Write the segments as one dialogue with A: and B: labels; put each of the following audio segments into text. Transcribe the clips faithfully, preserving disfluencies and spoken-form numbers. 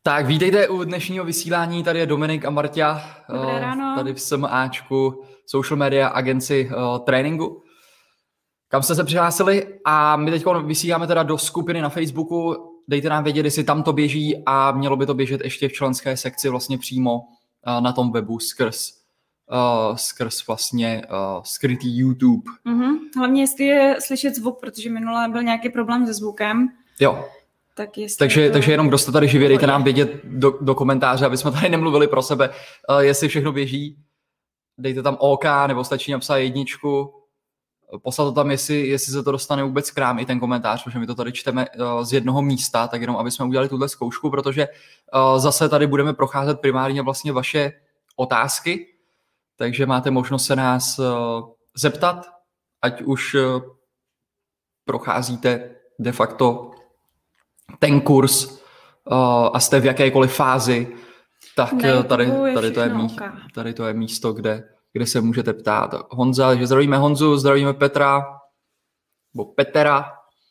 A: Tak vítejte u dnešního vysílání, tady je Dominik a Marta,
B: Dobré ráno.
A: Tady v SMAčku Social Media Agency uh, tréninku, kam jste se přihlásili a my teď vysíláme teda do skupiny na Facebooku, dejte nám vědět, jestli tam to běží a mělo by to běžet ještě v členské sekci vlastně přímo uh, na tom webu skrz, uh, skrz vlastně uh, skrytý YouTube.
B: Mm-hmm. Hlavně jestli je slyšet zvuk, protože minule byl nějaký problém se zvukem.
A: Jo.
B: Tak
A: takže,
B: to...
A: takže jenom kdo jste tady živě, dejte nám vědět do, do komentáře, aby jsme tady nemluvili pro sebe, uh, jestli všechno běží. Dejte tam OK, nebo stačí napsat jedničku. Poslat to tam, jestli, jestli se to dostane vůbec k nám, i ten komentář, protože my to tady čteme uh, z jednoho místa, tak jenom, aby jsme udělali tuhle zkoušku, protože uh, zase tady budeme procházet primárně vlastně vaše otázky, takže máte možnost se nás uh, zeptat, ať už uh, procházíte de facto ten kurz uh, a jste v jakékoliv fázi, tak ne, tady, tady, to je místo, tady to je místo, kde, kde se můžete ptát. Honza, že zdravíme Honzu, zdravíme Petra, nebo Petera,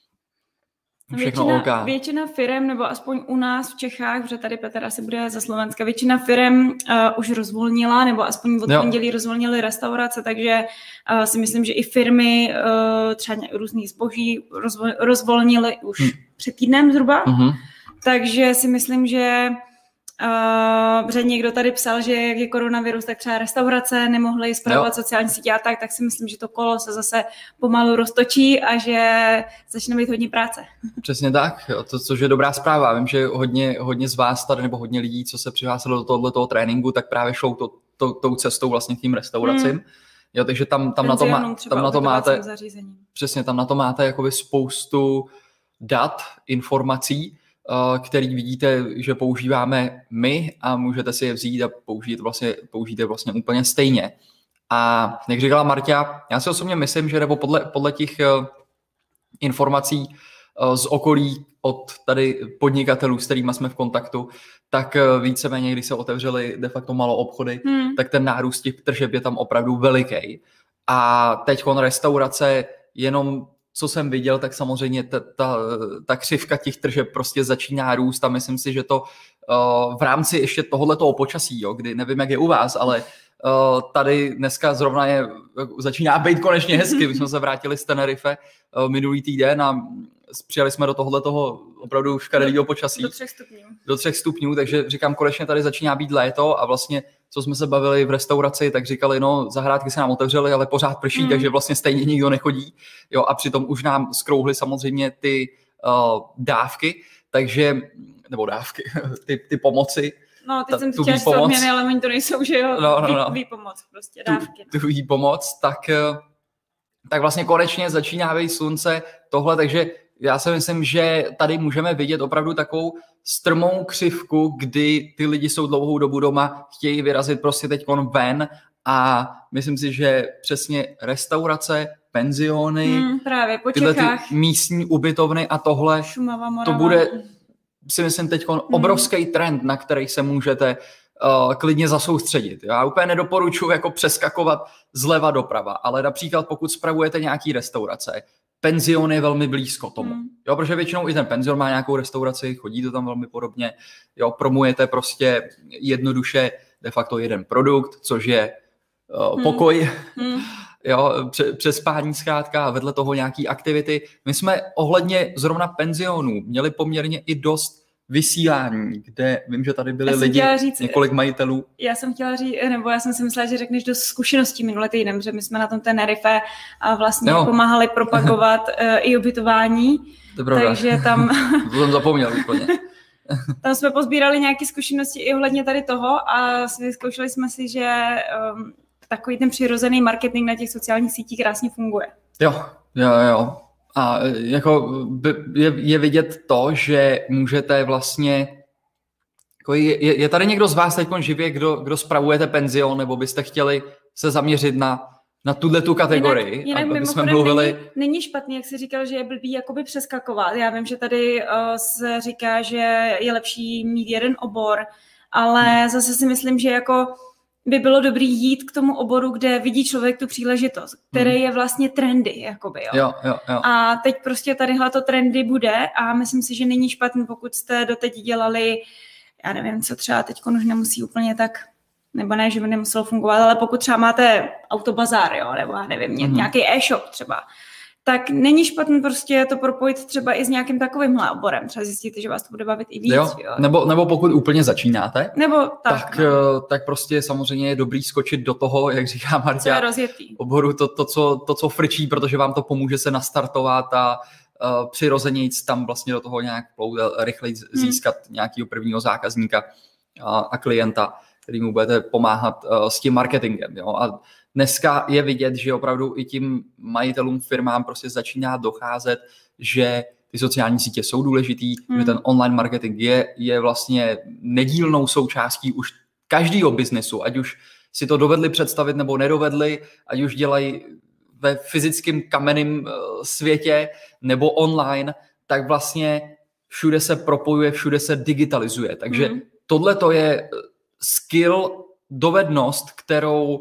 A: všechno
B: většina,
A: OK.
B: Většina firem, nebo aspoň u nás v Čechách, protože tady Petr asi bude ze Slovenska, většina firem uh, už rozvolnila, nebo aspoň od pondělí rozvolnili restaurace, takže uh, si myslím, že i firmy uh, třeba různých zboží rozvol, rozvolnili už hmm. před týdnem zhruba, mm-hmm. takže si myslím, že Uh, protože někdo tady psal, že jak je koronavirus, tak třeba restaurace nemohly spravovat sociální sítě a tak, tak si myslím, že to kolo se zase pomalu roztočí a že začne být hodně práce.
A: Přesně tak, to, což je dobrá zpráva. Vím, že hodně, hodně z vás tady, nebo hodně lidí, co se přihlásilo do tohoto tréninku, tak právě šlo to, to, tou cestou vlastně k tím restauracím. Hmm. Jo, takže tam, tam, na to, má, tam na to máte, přesně, tam na to máte jakoby spoustu dat, informací, který vidíte, že používáme my a můžete si je vzít a použít vlastně, použijte vlastně úplně stejně. A jak říkala Marta, já si osobně myslím, že nebo podle, podle těch uh, informací uh, z okolí od tady podnikatelů, s kterými jsme v kontaktu, tak uh, víceméně, když se otevřely de facto malou obchody, hmm. tak ten nárůst těch tržeb je tam opravdu veliký. A teďkon restaurace jenom co jsem viděl, tak samozřejmě ta, ta, ta křivka těch tržeb prostě začíná růst a myslím si, že to uh, v rámci ještě tohohletoho počasí, jo, kdy nevím, jak je u vás, ale uh, tady dneska zrovna je, začíná být konečně hezky. My jsme se vrátili z Tenerife uh, minulý týden a přijeli jsme do tohohletoho opravdu škaredýho počasí.
B: Do třech stupňů.
A: Do třech stupňů, takže říkám, konečně tady začíná být léto a vlastně co jsme se bavili v restauraci, tak říkali, no zahrádky se nám otevřely, ale pořád prší, mm. takže vlastně stejně nikdo nechodí. Jo, a přitom už nám skrouhly samozřejmě ty uh, dávky, takže, nebo dávky, ty, ty pomoci.
B: No, teď ta, jsem chtěla, že to odměny, ale oni to nejsou, že jo,
A: no, no, no.
B: výpomoc, prostě dávky.
A: Tu, tu výpomoc, tak, tak vlastně konečně začíná být slunce tohle, takže já si myslím, že tady můžeme vidět opravdu takovou strmou křivku, kdy ty lidi jsou dlouhou dobu doma, chtějí vyrazit prostě teďkon ven a myslím si, že přesně restaurace, penziony,
B: hmm, právě po
A: tyhle ty
B: Čechách.
A: místní ubytovny a tohle,
B: Šumava, Morava.
A: To bude, si myslím, teďkon hmm. obrovský trend, na který se můžete uh, klidně zasoustředit. Já úplně nedoporučuji jako přeskakovat zleva doprava, ale například pokud spravujete nějaký restaurace, penzion je velmi blízko tomu. Hmm. Jo, protože většinou i ten penzion má nějakou restauraci, chodí to tam velmi podobně. Jo, promujete prostě jednoduše de facto jeden produkt, což je uh, hmm. pokoj, hmm. jo, pře- přespání zkrátka a vedle toho nějaký aktivity. My jsme ohledně zrovna penzionů měli poměrně i dost vysílání, kde vím, že tady byli lidi, říct, několik majitelů.
B: Já jsem chtěla říct, nebo já jsem si myslela, že řekneš dost zkušeností minulý týden, že my jsme na tom Tenerife a vlastně jo. pomáhali propagovat uh, i ubytování. Takže tam...
A: to jsem zapomněl úplně.
B: Tam jsme pozbírali nějaké zkušenosti i ohledně tady toho a vyzkoušeli jsme si, že um, takový ten přirozený marketing na těch sociálních sítích krásně funguje.
A: Jo, jo, jo. A jako je, je vidět to, že můžete vlastně, jako je, je tady někdo z vás teď živě, kdo, kdo spravujete penzion, nebo byste chtěli se zaměřit na, na tuhletu kategorii?
B: Jinak, jinak aby jsme mluvili... není, není špatný, jak jsi říkal, že je blbý jakoby přeskakovat. Já vím, že tady uh, se říká, že je lepší mít jeden obor, ale hmm. zase si myslím, že jako by bylo dobrý jít k tomu oboru, kde vidí člověk tu příležitost, který hmm. je vlastně trendy, jakoby, jo.
A: Jo, jo, jo.
B: A teď prostě tadyhle to trendy bude a myslím si, že není špatný, pokud jste doteď dělali já nevím, co třeba teď už nemusí úplně tak, nebo ne, že by nemuselo fungovat, ale pokud třeba máte autobazár, jo, nebo já nevím, mm. nějaký e-shop třeba, tak není špatný prostě to propojit třeba i s nějakým takovýmhle oborem. Třeba zjistíte, že vás to bude bavit i víc.
A: Jo.
B: Jo.
A: Nebo, nebo pokud úplně začínáte,
B: nebo tak,
A: tak,
B: no.
A: tak prostě samozřejmě je dobrý skočit do toho, jak říká Marta, oboru to, to, co, to, co frčí, protože vám to pomůže se nastartovat a uh, přirozenějc tam vlastně do toho nějak plout a rychleji získat hmm. nějakého prvního zákazníka a, a klienta, který mu budete pomáhat uh, s tím marketingem. Jo. A dneska je vidět, že opravdu i tím majitelům firmám prostě začíná docházet, že ty sociální sítě jsou důležitý, hmm. že ten online marketing je, je vlastně nedílnou součástí už každého biznesu, ať už si to dovedli představit nebo nedovedli, ať už dělají ve fyzickém kamenném světě nebo online, tak vlastně všude se propojuje, všude se digitalizuje. Takže hmm. tohle to je skill, dovednost, kterou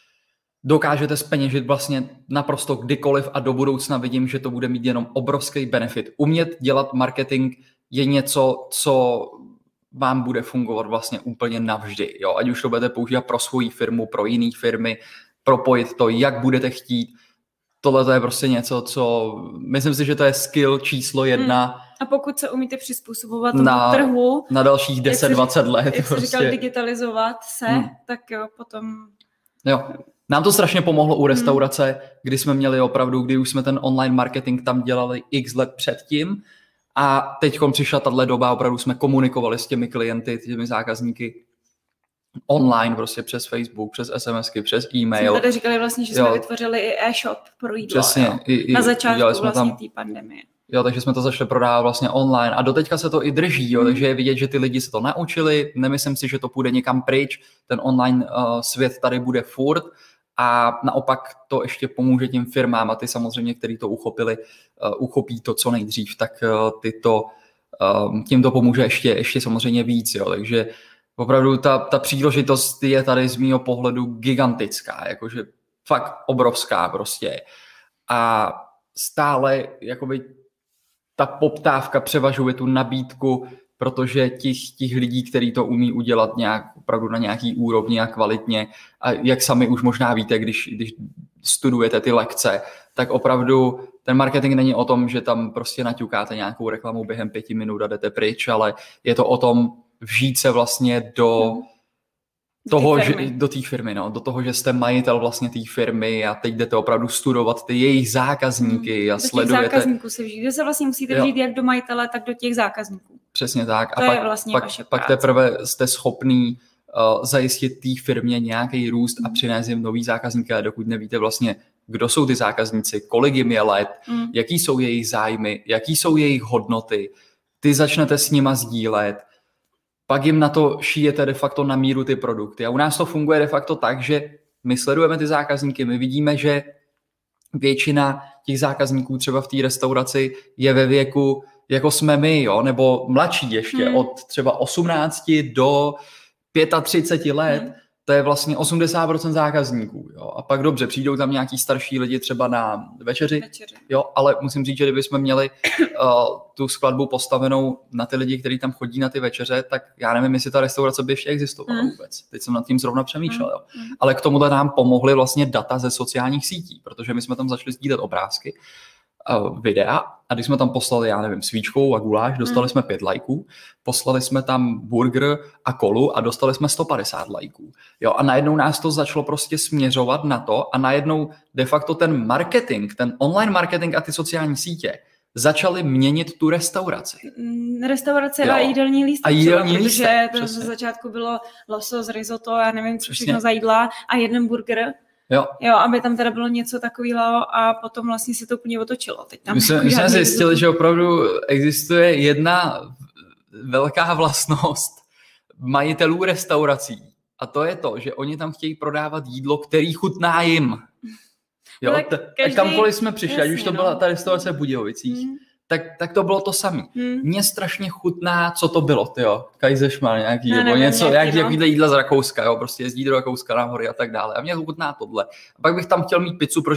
A: dokážete zpeněžit vlastně naprosto kdykoliv a do budoucna vidím, že to bude mít jenom obrovský benefit. Umět dělat marketing je něco, co vám bude fungovat vlastně úplně navždy. Jo? Ať už to budete používat pro svoji firmu, pro jiné firmy, propojit to, jak budete chtít. Tohle to je prostě něco, co myslím si, že to je skill číslo jedna. Hmm.
B: A pokud se umíte přizpůsobovat tomu
A: na,
B: trhu,
A: na dalších deset dvacet let.
B: Jak
A: prostě.
B: jsi říkal, digitalizovat se, hmm. tak jo, potom...
A: Jo. Nám to strašně pomohlo u restaurace, hmm. kdy jsme měli opravdu, kdy už jsme ten online marketing tam dělali x let předtím a teďkom přišla tato doba, opravdu jsme komunikovali s těmi klienty, těmi zákazníky online, prostě přes Facebook, přes SMSky, přes e-mail.
B: Jsme tady říkali vlastně, že jo. jsme vytvořili i e-shop pro jídlo.
A: Přesně. I, i,
B: na začátku vlastně té pandemie.
A: Jo, takže jsme to začali prodávat vlastně online a doteďka se to i drží, jo, mm. takže je vidět, že ty lidi se to naučili, nemyslím si, že to půjde někam pryč, ten online uh, svět tady bude furt a naopak to ještě pomůže těm firmám a ty samozřejmě, který to uchopili, uh, uchopí to co nejdřív, tak uh, ty to, uh, tím to pomůže ještě, ještě samozřejmě víc, jo, takže opravdu ta, ta příležitost je tady z mýho pohledu gigantická, jakože fakt obrovská prostě a stále jakoby ta poptávka převažuje tu nabídku, protože těch, těch lidí, kteří to umí udělat nějak opravdu na nějaký úrovni a kvalitně a jak sami už možná víte, když, když studujete ty lekce, tak opravdu ten marketing není o tom, že tam prostě naťukáte nějakou reklamu během pěti minut a jdete pryč, ale je to o tom vžít se vlastně do hmm. toho, že, do té firmy, no, do toho, že jste majitel vlastně té firmy a teď jdete opravdu studovat ty jejich zákazníky hmm. a
B: do
A: sledujete.
B: Do těch zákazníků se vžít, kde se vlastně musíte vžít jak do majitele, tak do těch zákazníků.
A: Přesně tak.
B: To
A: a
B: je
A: pak,
B: vlastně
A: pak,
B: vaše
A: pak teprve jste schopný uh, zajistit té firmě nějaký růst hmm. a přinést jim nový zákazníky, ale dokud nevíte vlastně, kdo jsou ty zákazníci, kolik jim je let, hmm. jaký jsou jejich zájmy, jaký jsou jejich hodnoty, ty začnete s nima sdílet, pak jim na to šijete de facto na míru ty produkty. A u nás to funguje de facto tak, že my sledujeme ty zákazníky, my vidíme, že většina těch zákazníků třeba v té restauraci je ve věku, jako jsme my, jo, nebo mladší ještě, hmm. od třeba osmnácti do třiceti pěti let, hmm. to je vlastně osmdesát procent zákazníků, jo. A pak dobře, přijdou tam nějaký starší lidi třeba na večeři,
B: večeři.
A: Jo, ale musím říct, že kdybychom měli uh, tu skladbu postavenou na ty lidi, kteří tam chodí na ty večeře, tak já nevím, jestli ta restaurace by ještě existovala mm. vůbec. Teď jsem nad tím zrovna přemýšlel, jo. Mm. Ale k tomuhle nám pomohly vlastně data ze sociálních sítí, protože my jsme tam začali sdílet obrázky, uh, videa a když jsme tam poslali, já nevím, svíčkou a guláš, dostali mm. jsme pět lajků, poslali jsme tam burger a kolu a dostali jsme sto padesát lajků. Jo, a najednou nás to začalo prostě směřovat na to a najednou de facto ten marketing, ten online marketing a ty sociální sítě začaly měnit tu restauraci.
B: Restaurace a jídelní lístek.
A: A jídelní
B: třeba,
A: lístek,
B: protože to ze začátku bylo losos, risotto, já nevím, co všechno za jídla a jeden burger.
A: Jo.
B: jo, aby tam teda bylo něco takového a potom vlastně se to úplně otočilo. Teď tam
A: my jsme, my jsme zjistili, že opravdu existuje jedna velká vlastnost majitelů restaurací a to je to, že oni tam chtějí prodávat jídlo, který chutná jim. Jo, no, každý... Ať kamkoliv jsme přišli, jasně, ať už to byla ta restaurace v Budějovicích, hmm. tak, tak to bylo to samé. Hmm. Mně strašně chutná, co to bylo, tyjo, Kaiserschmarrn nějaký, ne, nebo nevím, něco, nějaký no. jídla z Rakouska, jo, prostě jezdí do Rakouska na hory a tak dále. A mě chutná tohle. A pak bych tam chtěl mít pizzu, protože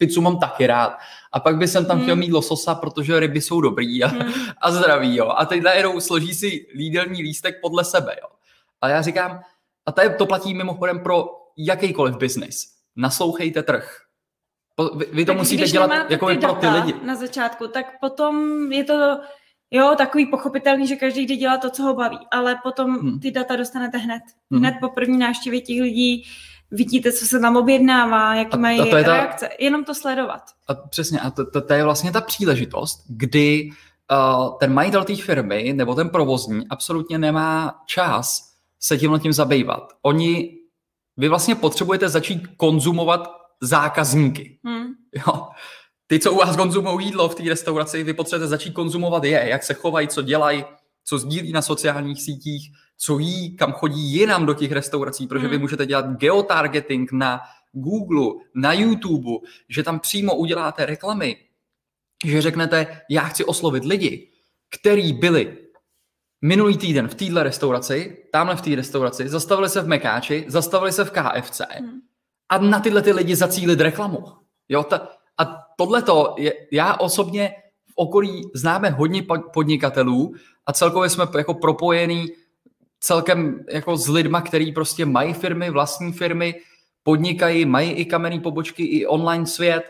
A: pizzu mám taky rád. A pak by jsem tam hmm. chtěl mít lososa, protože ryby jsou dobrý a, hmm. a zdraví, jo. A teď najednou složí si jídelní lístek podle sebe, jo. A já říkám, a to, je, to platí mimochodem pro jakýkoliv biznis. Naslouchejte trh. Vy, vy to tak musíte dělat jako ty pro ty lidi.
B: Na začátku, tak potom je to jo, takový pochopitelný, že každý jde dělat to, co ho baví, ale potom hmm. ty data dostanete hned. Hmm. Hned po první návštěvě těch lidí vidíte, co se tam objednává, jaký a, mají a to je reakce. Ta... Jenom to sledovat.
A: A přesně, a to, to, to je vlastně ta příležitost, kdy uh, ten majitel té firmy nebo ten provozní absolutně nemá čas se tímhle tím zabývat. Oni, vy vlastně potřebujete začít konzumovat zákazníky. Hmm. Jo. Ty, co u vás konzumují jídlo v té restauraci, vy potřebujete začít konzumovat je, jak se chovají, co dělají, co sdílí na sociálních sítích, co jí, kam chodí jinam do těch restaurací, protože vy můžete dělat geotargeting na Google, na YouTube, že tam přímo uděláte reklamy, že řeknete, já chci oslovit lidi, kteří byli minulý týden v téhle restauraci, tamhle v té restauraci, zastavili se v Mekáči, zastavili se v K F C a na tyhle ty lidi zacílit reklamu. Jo, ta, a tohleto, je, já osobně v okolí známe hodně podnikatelů a celkově jsme jako propojení celkem jako s lidma, který prostě mají firmy, vlastní firmy, podnikají, mají i kamenné pobočky, i online svět.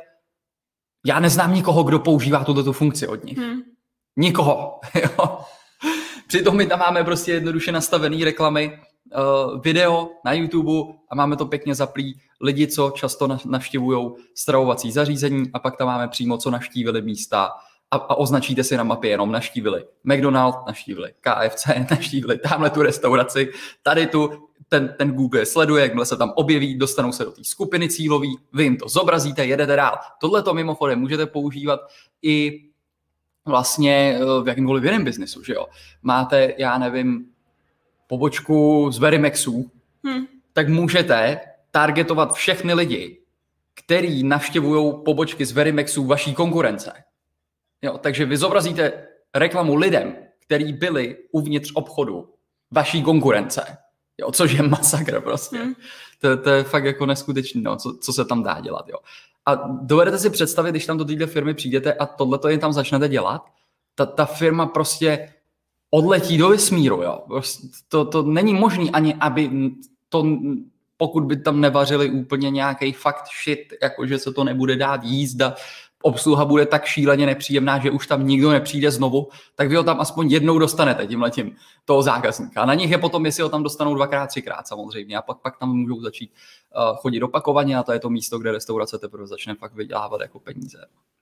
A: Já neznám nikoho, kdo používá tuto funkci od nich. Hmm. Nikoho. Jo. Přitom my tam máme prostě jednoduše nastavený reklamy, uh, video na YouTube a máme to pěkně zaplý lidi, co často navštěvují stravovací zařízení a pak tam máme přímo, co navštívili místa a, a označíte si na mapě jenom navštívili McDonald's, navštívili K F C, navštívili tamhle tu restauraci, tady tu, ten, ten Google sleduje, jakmile se tam objeví, dostanou se do té skupiny cílový, vy jim to zobrazíte, jedete dál. Tohle to mimochodem můžete používat i vlastně v jakýmkoliv jiném biznesu, že jo. Máte, já nevím, pobočku z Verimexu, hmm. tak můžete targetovat všechny lidi, který navštěvují pobočky z Verimexu vaší konkurence. Jo, takže vy zobrazíte reklamu lidem, který byli uvnitř obchodu vaší konkurence. Jo, což je masakr prostě. Hmm. To, to je fakt jako neskutečný, no, co, co se tam dá dělat. Jo. A dovedete si představit, když tam do této firmy přijdete a tohleto jen tam začnete dělat, ta, ta firma prostě odletí do vesmíru. Jo. Prostě to, to není možné ani, aby to, pokud by tam nevařili úplně nějaký fakt shit, jako že se to nebude dát jíst a obsluha bude tak šíleně nepříjemná, že už tam nikdo nepřijde znovu, tak vy ho tam aspoň jednou dostanete tímhletím toho zákazníka. A na nich je potom, jestli ho tam dostanou dvakrát, třikrát samozřejmě a pak, pak tam můžou začít uh, chodit opakovaně a to je to místo, kde restaurace teprve začne fakt vydělávat jako peníze.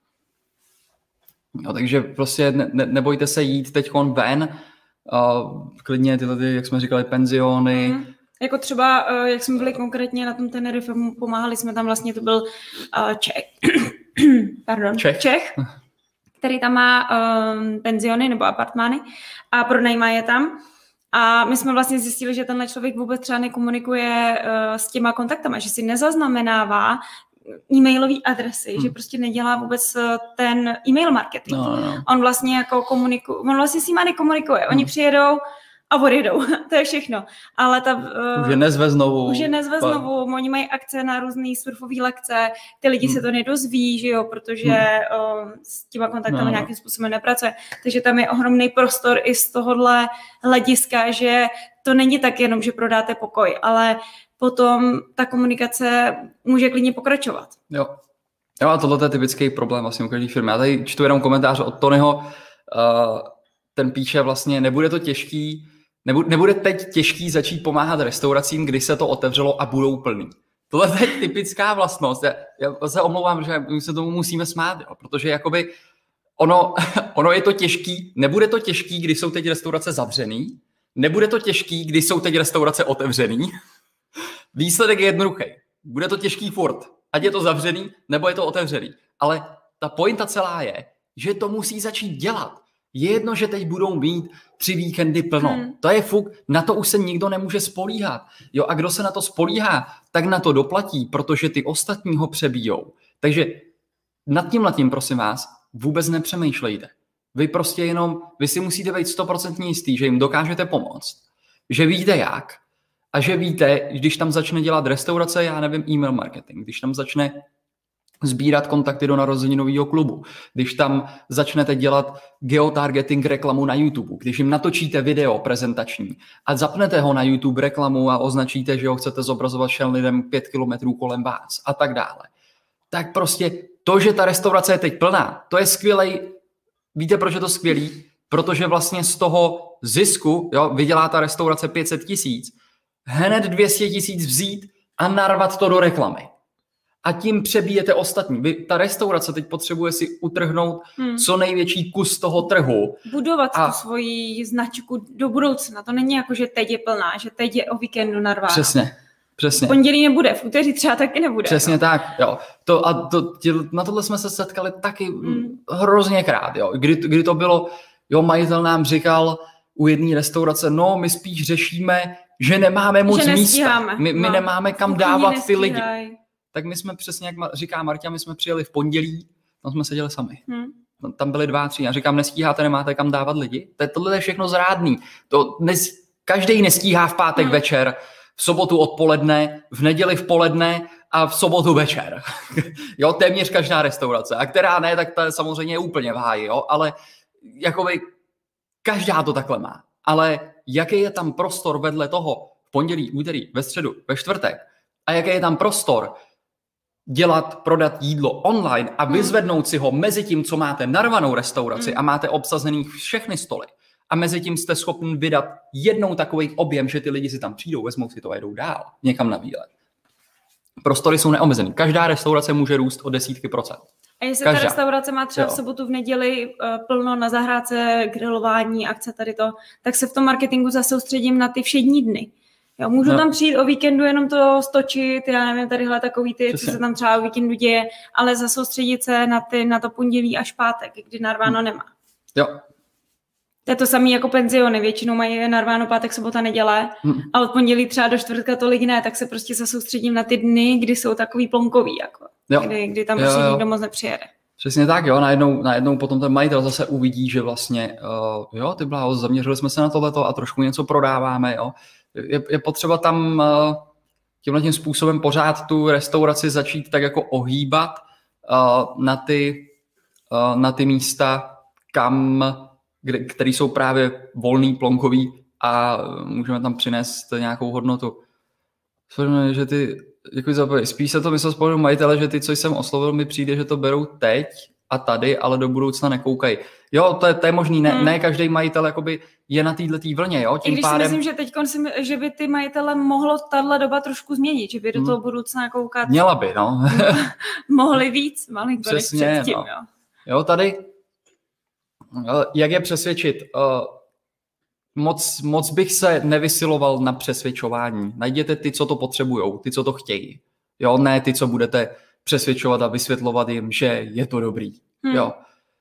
A: No, takže prostě ne, ne, nebojte se jít teďkon ven, uh, klidně tyhle, ty, jak jsme říkali, penziony. Mm.
B: Jako třeba, uh, jak jsme byli konkrétně na tom Tenerife, pomáhali jsme tam vlastně, to byl uh, Čech. Pardon, Čech. Čech, který tam má um, penziony nebo apartmány a pronajímá je tam. A my jsme vlastně zjistili, že tenhle člověk vůbec třeba nekomunikuje uh, s těma kontaktama, že si nezaznamenává e-mailové adresy, hmm. že prostě nedělá vůbec ten e-mail marketing. No, no. On vlastně jako komunikuje, on vlastně s nima nekomunikuje. Oni hmm. přijedou a odjedou. To je všechno. Ale ta...
A: Uh, už je nezve znovu.
B: Už je nezve znovu. Oni mají akce na různý surfové lekce. Ty lidi hmm. se to nedozví, že jo, protože hmm. uh, s těma kontaktama no. nějakým způsobem nepracuje. Takže tam je ohromný prostor i z tohohle hlediska, že to není tak jenom, že prodáte pokoj, ale potom ta komunikace může klidně pokračovat.
A: Jo. Jo, a tohle je typický problém vlastně u každé firmy. Já tady čtu jenom komentář od Tonyho. Uh, ten píše vlastně, nebude to těžký, nebude teď těžký začít pomáhat restauracím, když se to otevřelo a budou plný. Tohle je typická vlastnost. Já, já se omlouvám, že my se tomu musíme smát, jo, protože jakoby ono, ono je to těžký, nebude to těžký, když jsou teď restaurace zavřený, nebude to těžký, když jsou teď restaurace otevřený. Výsledek je jednoduchý. Bude to těžký furt, ať je to zavřený, nebo je to otevřený. Ale ta pointa celá je, že to musí začít dělat. Je jedno, že teď budou mít tři víkendy plno. Hmm. To je fuk, na to už se nikdo nemůže spolíhat. Jo, a kdo se na to spolíhá, tak na to doplatí, protože ty ostatní ho přebíjou. Takže nad tímhletím, prosím vás, vůbec nepřemýšlejte. Vy prostě jenom, vy si musíte být sto procent jistý, že jim dokážete pomoct, že víte jak a že víte, když tam začne dělat restaurace, já nevím, e-mail marketing, když tam začne sbírat kontakty do narozeninového klubu, když tam začnete dělat geotargeting reklamu na YouTube, když jim natočíte video prezentační a zapnete ho na YouTube reklamu a označíte, že ho chcete zobrazovat všem lidem pět kilometrů kolem vás a tak dále. Tak prostě to, že ta restaurace je teď plná, to je skvělej. Víte, proč je to skvělý? Protože vlastně z toho zisku, jo, vydělá ta restaurace pět set tisíc, hned dvě stě tisíc vzít a narvat to do reklamy. A tím přebíjete ostatní. Vy, ta restaurace teď potřebuje si utrhnout hmm. co největší kus toho trhu.
B: Budovat
A: a...
B: tu svoji značku do budoucna. To není jako, že teď je plná, že teď je o víkendu narvána.
A: Přesně. Přesně.
B: V pondělí nebude, v úterý třeba taky nebude.
A: Přesně no. tak, jo. To, a to, tě, na tohle jsme se setkali taky hmm. hrozně krát, jo. Kdy, kdy to bylo, jo, majitel nám říkal u jedné restaurace, no, my spíš řešíme, že nemáme moc že místa. My, my no. nemáme kam dávat ty lidi. Tak my jsme přesně, jak říká Marta, my jsme přijeli v pondělí, tam jsme seděli sami. Hmm. Tam byli dva, tři. Já říkám, nestíháte, nemáte kam dávat lidi? Tohle je všechno zrádný. To nes, každý nestíhá v pátek hmm. večer, v sobotu odpoledne, v neděli v poledne a v sobotu večer. Jo, téměř každá restaurace. A která ne, tak ta samozřejmě je úplně v háji, jo, ale jakoby každá to takhle má. Ale jaký je tam prostor vedle toho v pondělí, úterý, ve středu, ve čtvrtek a jaký je tam prostor dělat, prodat jídlo online a vyzvednout si ho mezi tím, co máte narvanou restauraci hmm. a máte obsazený všechny stoly. A mezi tím jste schopni vydat jednou takový objem, že ty lidi si tam přijdou, vezmou si to a jedou dál, někam na výlet. Prostory jsou neomezený. Každá restaurace může růst o desítky procent.
B: A jestli
A: Každá.
B: ta restaurace má třeba jo. v sobotu, v neděli uh, plno na zahrádce, grilování, akce tady to, tak se v tom marketingu zasoustředím na ty všední dny. Jo, můžu no. tam přijít o víkendu jenom to stočit, já nevím, tadyhle takový ty, Přesně. co se tam třeba o víkendu děje, ale zasoustředit se na, ty, na to pondělí až pátek, kdy narváno hmm. nemá.
A: Jo.
B: To je to samé jako penziony, většinou mají narváno pátek, sobota, neděle hmm. a od pondělí třeba do čtvrtka tolik ne, tak se prostě zasoustředím na ty dny, kdy jsou takový plonkový, jako, kdy, kdy tam prostě nikdo moc nepřijede.
A: Přesně tak, jo, najednou, najednou potom ten majitel zase uvidí, že vlastně, uh, jo, ty bláho, zaměřili jsme se na tohleto a trošku něco prodáváme, jo. Je, je potřeba tam uh, tímhletím způsobem pořád tu restauraci začít tak jako ohýbat uh, na, ty, uh, na ty místa, kam, kde, které jsou právě volný, plonkový a můžeme tam přinést nějakou hodnotu. Spojíme, že ty, děkuji za odpověď. Spíš se to myslel spolu majitele, že ty, co jsem oslovil, mi přijde, že to berou teď a tady, ale do budoucna nekoukají. Jo, to je, to je možný, ne, hmm. ne každý majitel jakoby je na této vlně, jo, tím
B: I když
A: pádem...
B: si myslím, že teď že by ty majitele mohlo tahle doba trošku změnit, že by do toho hmm. budoucna koukat...
A: Měla by, no.
B: mohli víc, malinko než předtím, no. jo.
A: Jo, tady, jak je přesvědčit... Uh, Moc, moc bych se nevysiloval na přesvědčování. Najděte ty, co to potřebujou, ty, co to chtějí. Jo, ne ty, co budete přesvědčovat a vysvětlovat jim, že je to dobrý. Hmm. Jo.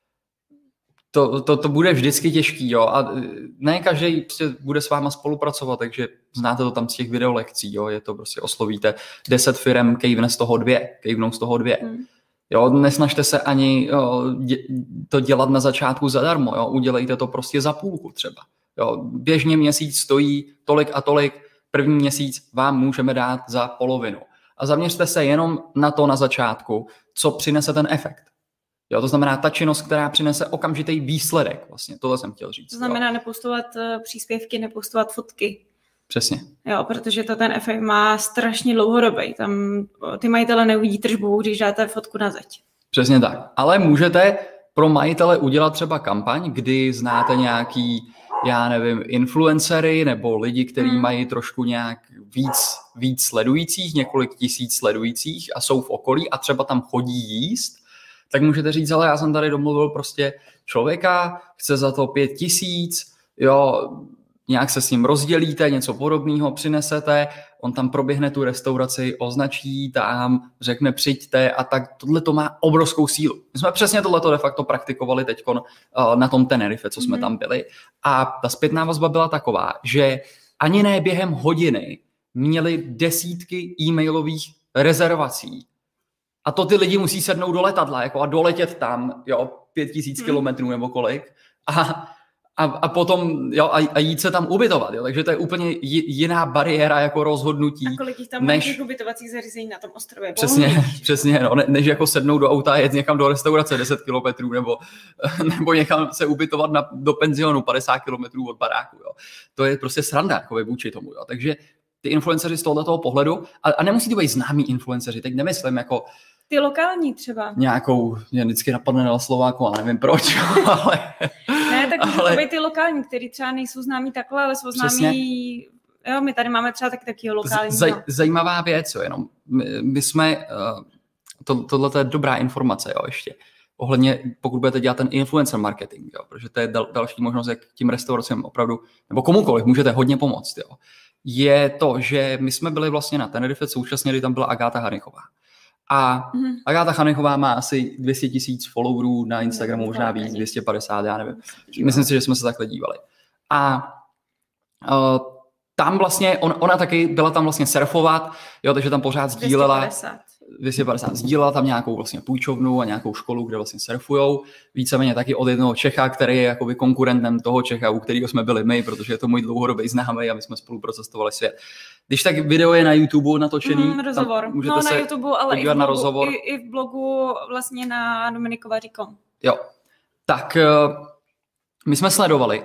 A: To, to, to bude vždycky těžký, jo. A ne každý prostě bude s váma spolupracovat, takže znáte to tam z těch videolekcí, jo. Je to prostě oslovíte deset firem, kejvne z toho dvě, kejvnou z toho dvě. Hmm. Jo, nesnažte se ani jo, dě, to dělat na začátku zadarmo, jo. Udělejte to prostě za půlku třeba. Jo, běžně měsíc stojí tolik a tolik, první měsíc vám můžeme dát za polovinu. A zaměřte se jenom na to na začátku, co přinese ten efekt. Jo, to znamená ta činnost, která přinese okamžitý výsledek. Vlastně, tohle jsem chtěl říct.
B: To znamená
A: jo.
B: nepostovat příspěvky, nepostovat fotky.
A: Přesně.
B: Jo, protože to ten efekt má strašně dlouhodobý. Tam ty majitele neuvidí tržbu, když dáte fotku na zeď.
A: Přesně tak. Ale můžete pro majitele udělat třeba kampaň, kdy znáte nějaký já nevím, influencery nebo lidi, kteří hmm. mají trošku nějak víc, víc sledujících, několik tisíc sledujících a jsou v okolí a třeba tam chodí jíst, tak můžete říct, ale já jsem tady domluvil prostě člověka, chce za to pět tisíc, jo, nějak se s ním rozdělíte, něco podobného přinesete, on tam proběhne tu restauraci, označí tam, řekne přijďte a tak tohle to má obrovskou sílu. My jsme přesně tohleto de facto praktikovali teďkon uh, na tom Tenerife, co jsme mm. tam byli a ta zpětná vazba byla taková, že ani ne během hodiny měli desítky e-mailových rezervací a to ty lidi musí sednout do letadla jako a doletět tam, jo, pět tisíc mm. kilometrů nebo kolik a A, a potom jo, a, a jít se tam ubytovat. Jo. Takže to je úplně jiná bariéra jako rozhodnutí.
B: A kolik jich tam než... těch ubytovacích zařízení na tom ostrově?
A: Přesně, Bohuží. přesně no, ne, než jako sednout do auta a jet někam do restaurace deset kilometrů nebo, nebo někam se ubytovat na, do penzionu padesát kilometrů od baráku. Jo. To je prostě sranda jako vůči tomu. Jo. Takže ty influenceři z tohoto pohledu, a, a nemusí to být známí influenceři, teď nemyslím jako
B: ty lokální třeba.
A: Nějakou, mě vždycky napadne na Slováku, ale nevím proč, ale...
B: Ne, tak můžou ale... být ty lokální, který třeba nejsou známí takhle, ale jsou známí... Jo, my tady máme třeba taky takového lokálního.
A: Zaj, zajímavá věc, jo, jenom. My, my jsme... To, tohle je dobrá informace, jo, ještě. Ohledně, pokud budete dělat ten influencer marketing, jo, protože to je dal, další možnost, jak tím restauracím opravdu, nebo komukoliv můžete hodně pomoct, jo. Je to, že my jsme byli vlastně na Tenerife současně, kdy tam byla Agáta Hanychová. A mm. Agáta Hanychová má asi dvě stě tisíc followerů na Instagramu, možná víc, dvě stě padesát, já nevím. Myslím si, že jsme se takhle dívali. A uh, tam vlastně, on, ona taky byla tam vlastně surfovat, jo, takže tam pořád sdílela...
B: dvě stě padesát
A: dvě stě padesát sdílela tam nějakou vlastně půjčovnu a nějakou školu, kde vlastně surfujou. Víceméně taky od jednoho Čecha, který je jakoby konkurentem toho Čecha, u kterého jsme byli my, protože je to můj dlouhodobý známý a my jsme spolu procestovali svět. Když tak video je na YouTube natočený,
B: mm, rozhovor.
A: Můžete
B: no, na
A: se
B: YouTube, ale i v, blogu,
A: na rozhovor.
B: I, i v blogu vlastně na dominikovaří tečka com.
A: Jo, tak uh, my jsme sledovali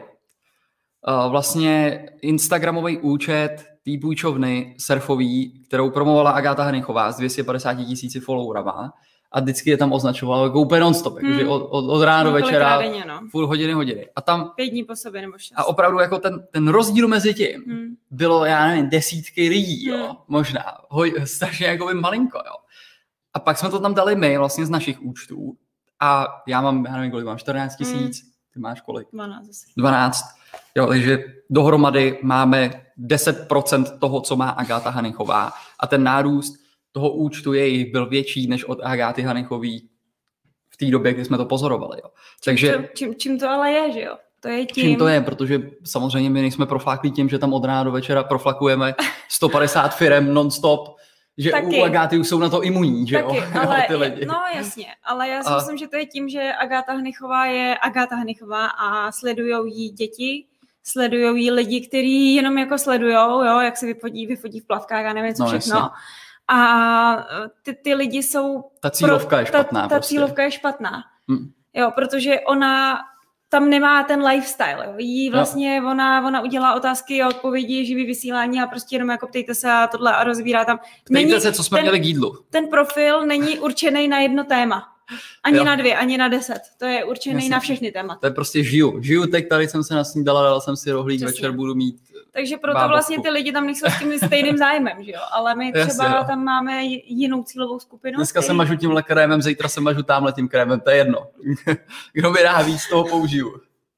A: uh, vlastně Instagramový účet té půjčovny surfový, kterou promovala Agáta Hanychová s dvě stě padesát tisíci followerama a vždycky je tam označovala jako úplně non-stop, hmm. takže od, od, od rána do večera,
B: denně, no.
A: furt hodiny, hodiny. A tam
B: pět dní po sobě nebo šest.
A: A opravdu jako ten, ten rozdíl mezi tím hmm. bylo, já nevím, desítky lidí, jo, hmm. možná, hoj, strašně jako by malinko, jo. A pak jsme to tam dali my vlastně z našich účtů a já mám, já nevím, kolik mám, čtrnáct tisíc, hmm. ty máš kolik?
B: dvanáct.
A: dvanáct. Jo, takže dohromady máme deset procent toho, co má Agáta Hanychová a ten nárůst toho účtu jejich byl větší než od Agáty Hanychový v té době, kdy jsme to pozorovali. Jo. Takže,
B: čím, to, čím, čím to ale je, že jo? To je tím...
A: Čím to je, protože samozřejmě my nejsme profláklí tím, že tam od rána do večera proflakujeme sto padesát firem non-stop, že taky. U Agáty jsou na to imunní, že
B: taky,
A: jo?
B: Ale,
A: ty lidi.
B: No jasně, ale já si
A: a...
B: myslím, že to je tím, že Agáta Hanychová je Agáta Hanychová a sledujou jí děti, sledujou jí lidi, kteří jenom jako sledujou, jo, jak se vyfotí, vyfotí v plavkách a nevím co no, všechno. Jasně. A ty, ty lidi jsou...
A: Ta cílovka pro, je špatná.
B: Ta, ta
A: prostě.
B: cílovka je špatná.
A: Hmm.
B: Jo, protože ona tam nemá ten lifestyle. Jo. Jí vlastně no. ona, ona udělá otázky a odpovědi, živý vysílání a prostě jenom jako ptejte se a tohle a rozvírá tam.
A: Ptejte není, se, co jsme
B: ten,
A: měli k jídlu.
B: Ten profil není určený na jedno téma. Ani jo. na dvě, ani na deset. To je určený Jasně. na všechny témata.
A: To je prostě žiju. Žiju teď, tady jsem se nasnídala, dala jsem si rohlík, Přesně. večer budu mít
B: Takže proto
A: bábovku.
B: Vlastně ty lidi tam nejsou s tím stejným zájmem, že jo? Ale my třeba Jasně, tam máme jinou cílovou skupinu.
A: Dneska který... se mažu tímhle krémem, zítra se mažu támhle tím krémem, to je jedno. Kdo mi dá víc, toho použiju.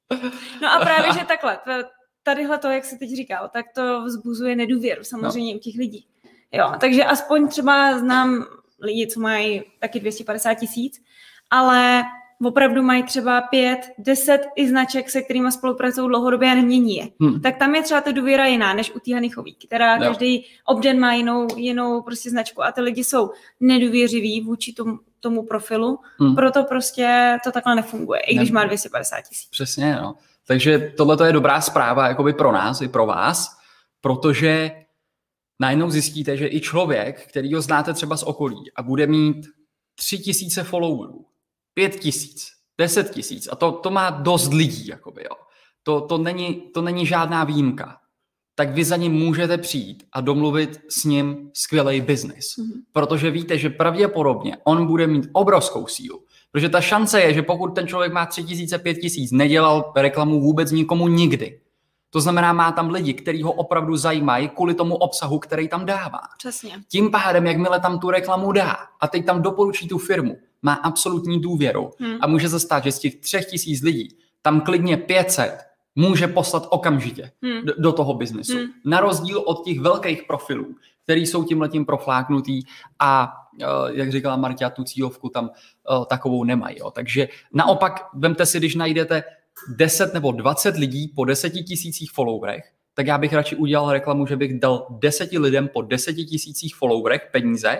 B: No a právě, že takhle, tadyhle to, jak se teď říkal, tak to vzbuzuje nedůvěru samozřejmě no. u těch lidí. Jo, takže aspoň třeba znám lidi, co mají taky dvě stě padesát tisíc, ale opravdu mají třeba pět, deset i značek, se kterými spolupracují dlouhodobě a nemění je. Hmm. Tak tam je třeba ta důvěra jiná, než u té Hanychový, která jo. každý obden má jinou, jinou prostě značku a ty lidi jsou nedůvěřiví vůči tomu, tomu profilu, hmm. proto prostě to takhle nefunguje, i když má dvě stě padesát tisíc.
A: Přesně, no. Takže tohle je dobrá zpráva jakoby pro nás i pro vás, protože najednou zjistíte, že i člověk, který ho znáte třeba z okolí a bude mít tři tisíce followerů, pět tisíc, deset tisíc a to, to má dost lidí, jakoby, jo. To, to, není, to není žádná výjimka. Tak vy za ním můžete přijít a domluvit s ním skvělý biznis. Mm-hmm. Protože víte, že pravděpodobně on bude mít obrovskou sílu. Protože ta šance je, že pokud ten člověk má tři tisíce, pět tisíc, nedělal reklamu vůbec nikomu nikdy. To znamená, má tam lidi, kteří ho opravdu zajímají kvůli tomu obsahu, který tam dává.
B: Přesně.
A: Tím pádem, jakmile tam tu reklamu dá a teď tam doporučí tu firmu, má absolutní důvěru hmm. a může se stát, že z těch třech tisíc lidí tam klidně pět set může poslat okamžitě hmm. do, do toho biznesu. Hmm. Na rozdíl od těch velkých profilů, který jsou tímhletím profláknutý a uh, jak říkala Marta, tu cílovku tam uh, takovou nemají. Jo. Takže naopak, vemte si, když najdete deset nebo dvacet lidí po deseti tisících followerech, tak já bych radši udělal reklamu, že bych dal deseti lidem po deseti tisících followerech peníze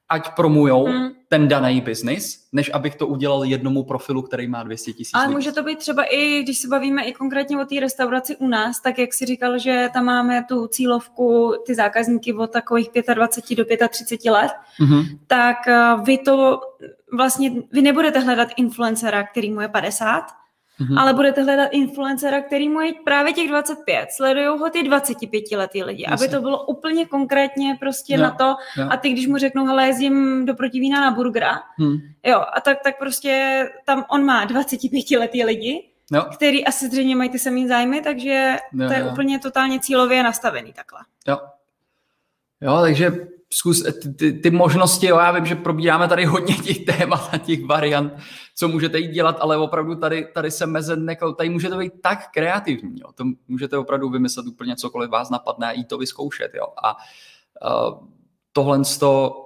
A: ať promujou hmm. ten daný biznis, než abych to udělal jednomu profilu, který má dvě stě tisíc.
B: Ale může to být třeba i, když se bavíme i konkrétně o té restauraci u nás, tak jak jsi říkal, že tam máme tu cílovku, ty zákazníky od takových dvacet pět do třicet pět let, mm-hmm. tak vy to vlastně, vy nebudete hledat influencera, který mu je padesát, mm-hmm. ale budete hledat influencera, který mu je právě těch dvacet pět. Sledujou ho ty dvacetipětiletý lidi, Jasně. aby to bylo úplně konkrétně prostě jo, na to. Jo. A ty, když mu řeknou, hele, jezdím do Protivína na burgera, hmm. jo, a tak, tak prostě tam on má dvacetipětiletý lidi, jo. který asi zřejmě mají ty samý zájmy, takže jo, to je jo. úplně totálně cílově nastavený takhle.
A: Jo, jo takže zkus ty, ty, ty možnosti, jo, já vím, že probíráme tady hodně těch témat a těch variant, co můžete jít dělat, ale opravdu tady, tady se meze nekl, tady můžete být tak kreativní, jo, to můžete opravdu vymyslet úplně cokoliv vás napadne a jít to vyzkoušet, jo, a uh, tohle z toho,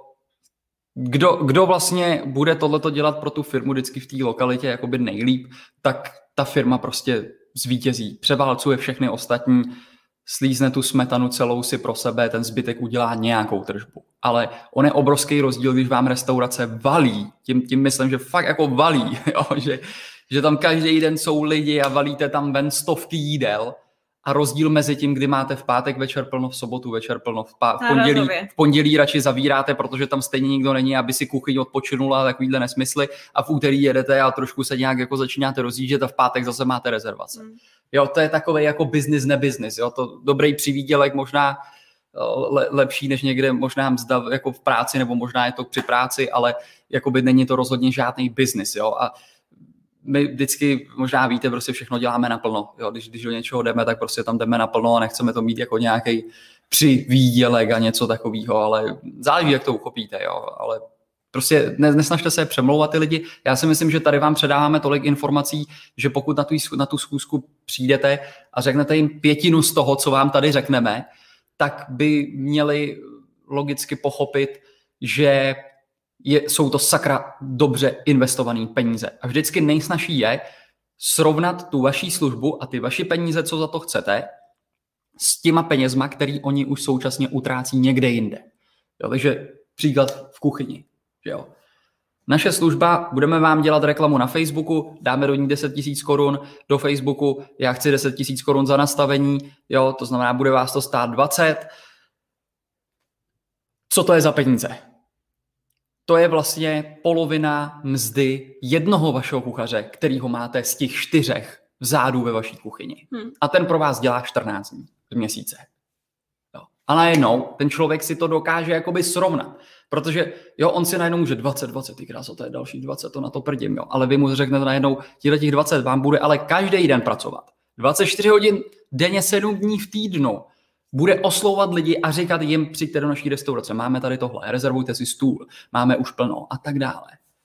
A: kdo, kdo vlastně bude tohleto dělat pro tu firmu vždycky v té lokalitě jakoby nejlíp, tak ta firma prostě zvítězí, převálcuje všechny ostatní, slízne tu smetanu celou si pro sebe, ten zbytek udělá nějakou tržbu. Ale on je obrovský rozdíl, když vám restaurace valí, tím, tím myslím, že fakt jako valí, jo? Že, že tam každý den jsou lidi a valíte tam ven stovky jídel a rozdíl mezi tím, kdy máte v pátek večer plno, v sobotu večer plno, v, pá- v, pondělí, v pondělí radši zavíráte, protože tam stejně nikdo není, aby si kuchyň odpočinula, takovýhle nesmysly, a v úterý jedete a trošku se nějak jako začínáte rozjíždět a v pátek zase máte rezervace. Hmm. Jo, to je takovej jako business nebusiness, jo, to dobrý přivídělek, možná le, lepší než někde, možná mzda jako v práci, nebo možná je to při práci, ale jakoby není to rozhodně žádný business, jo, a my vždycky, možná víte, prostě všechno děláme naplno, jo, když, když do něčeho jdeme, tak prostě tam jdeme naplno a nechceme to mít jako nějaký přivídělek a něco takového, ale záleží, jak to uchopíte, jo, ale prostě nesnažte se přemlouvat ty lidi. Já si myslím, že tady vám předáváme tolik informací, že pokud na tu, na tu schůzku přijdete a řeknete jim pětinu z toho, co vám tady řekneme, tak by měli logicky pochopit, že je, jsou to sakra dobře investované peníze. A vždycky nejsnažší je srovnat tu vaší službu a ty vaši peníze, co za to chcete, s těma penězma, který oni už současně utrácí někde jinde. Jo, takže příklad v kuchyni. Jo. Naše služba, budeme vám dělat reklamu na Facebooku, dáme do ní deset tisíc korun, do Facebooku já chci deset tisíc korun za nastavení, jo, to znamená, bude vás to stát dvacet. Co to je za peníze? To je vlastně polovina mzdy jednoho vašeho kuchaře, kterýho máte z těch čtyřech vzadu ve vaší kuchyni. Hmm. A ten pro vás dělá čtrnáct dní v měsíce. Jo. A najednou ten člověk si to dokáže jakoby srovnat. Protože jo, on si najednou může dvacet, dvacet, ty kráso, to je další dvacet, to na to prdím, jo. Ale vy mu řeknete najednou, těch dvacet vám bude ale každý den pracovat. dvacet čtyři hodin denně, sedm dní v týdnu. Bude oslovovat lidi a říkat jim, přijďte do naší restaurace, máme tady tohle, rezervujte si stůl, máme už plno a tak dále.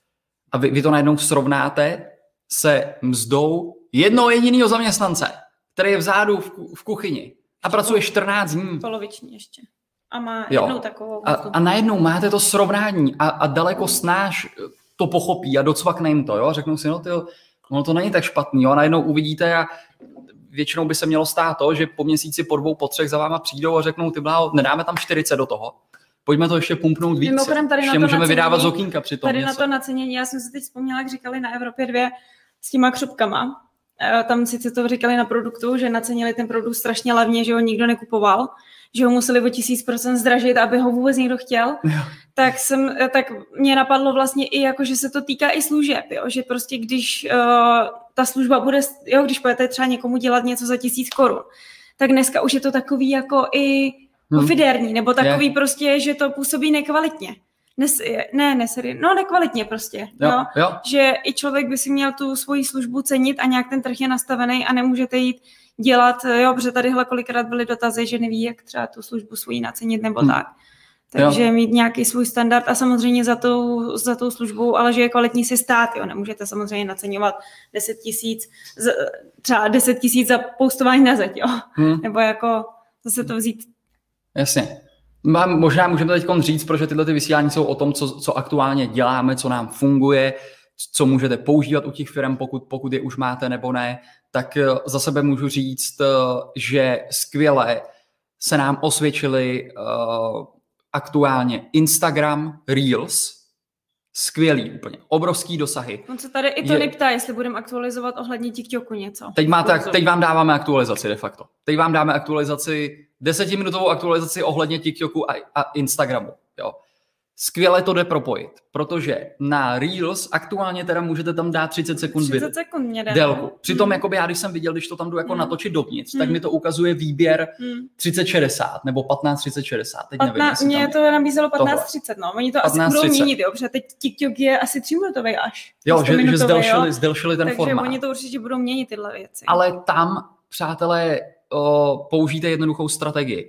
A: A vy, vy to najednou srovnáte se mzdou jednoho jediného zaměstnance, který je vzadu v, v kuchyni a pracuje čtrnáct dní.
B: Poloviční ještě. A má jo. jednou takovou...
A: A, a najednou máte to srovnání a, a daleko snáš to pochopí a docvakne jim to, jo? Řeknou si, no tyjo, ono to není tak špatný, jo? A najednou uvidíte a většinou by se mělo stát to, že po měsíci, po dvou, po třech za váma přijdou a řeknou, ty bláho, nedáme tam čtyřicet do toho. Pojďme to ještě pumpnout víc.
B: Mimochodem, tady
A: ještě
B: na to
A: můžeme
B: nacenění,
A: vydávat z okýnka při tom
B: Tady
A: něco.
B: Na to nacenění, já jsem si teď vzpomněla, jak říkali na Evropě dvě s těma křupkama. Tam sice to říkali na produktu, že nacenili ten produkt strašně levně, že ho nikdo nekupoval, že ho museli o tisíc procent zdražit, aby ho vůbec někdo chtěl. Jo. Tak, jsem, tak mě napadlo vlastně i jako, že se to týká i služeb, jo? Že prostě když uh, ta služba bude, jo, když budete třeba někomu dělat něco za tisíc korun, tak dneska už je to takový jako i hmm. ofidérní, nebo takový je. Prostě, že to působí nekvalitně. Nes, ne, neseri, no nekvalitně prostě, jo, jo? Jo. Že i člověk by si měl tu svoji službu cenit a nějak ten trh je nastavený a nemůžete jít dělat, jo, protože tadyhle kolikrát byly dotazy, že neví, jak třeba tu službu svoji nacenit nebo hmm. tak. Takže jo. Mít nějaký svůj standard a samozřejmě za tou, za tou službou, ale že je kvalitní si stát, jo, nemůžete samozřejmě naceňovat deset tisíc, třeba deset tisíc za postování na zeď, jo, hmm. nebo jako zase to vzít.
A: Jasně. Mám, možná můžeme teď říct, protože tyhle ty vysílání jsou o tom, co, co aktuálně děláme, co nám funguje, co můžete používat u těch firm, pokud, pokud je už máte nebo ne, tak za sebe můžu říct, že skvěle se nám osvědčily uh, aktuálně Instagram Reels, skvělý úplně, obrovský dosahy.
B: On se tady i to je... ptá, jestli budeme aktualizovat ohledně TikToku něco.
A: Teď, máte, teď vám dáváme aktualizaci de facto. Teď vám dáme aktualizaci, desetiminutovou aktualizaci ohledně TikToku a, a Instagramu. Jo. Skvěle to jde propojit, protože na Reels aktuálně teda můžete tam dát třicet sekund
B: třicet sekund mě dá.
A: délku. Přitom, hmm. jakoby já když jsem viděl, když to tam jdu jako hmm. natočit dovnitř, hmm. tak mi to ukazuje výběr hmm. třicet šedesát nebo patnáct třicet šedesát. Teď
B: patnáct, nevím, mě to nabízelo patnáct třicet, no. Oni to patnáct, asi budou měnit, jo, protože teď TikTok je asi tříminutový až.
A: Jo, že, že zdelšili, zdelšili ten
B: takže
A: formát.
B: Takže oni to určitě budou měnit tyhle věci.
A: Ale tam, přátelé, o, použijte jednoduchou strategii.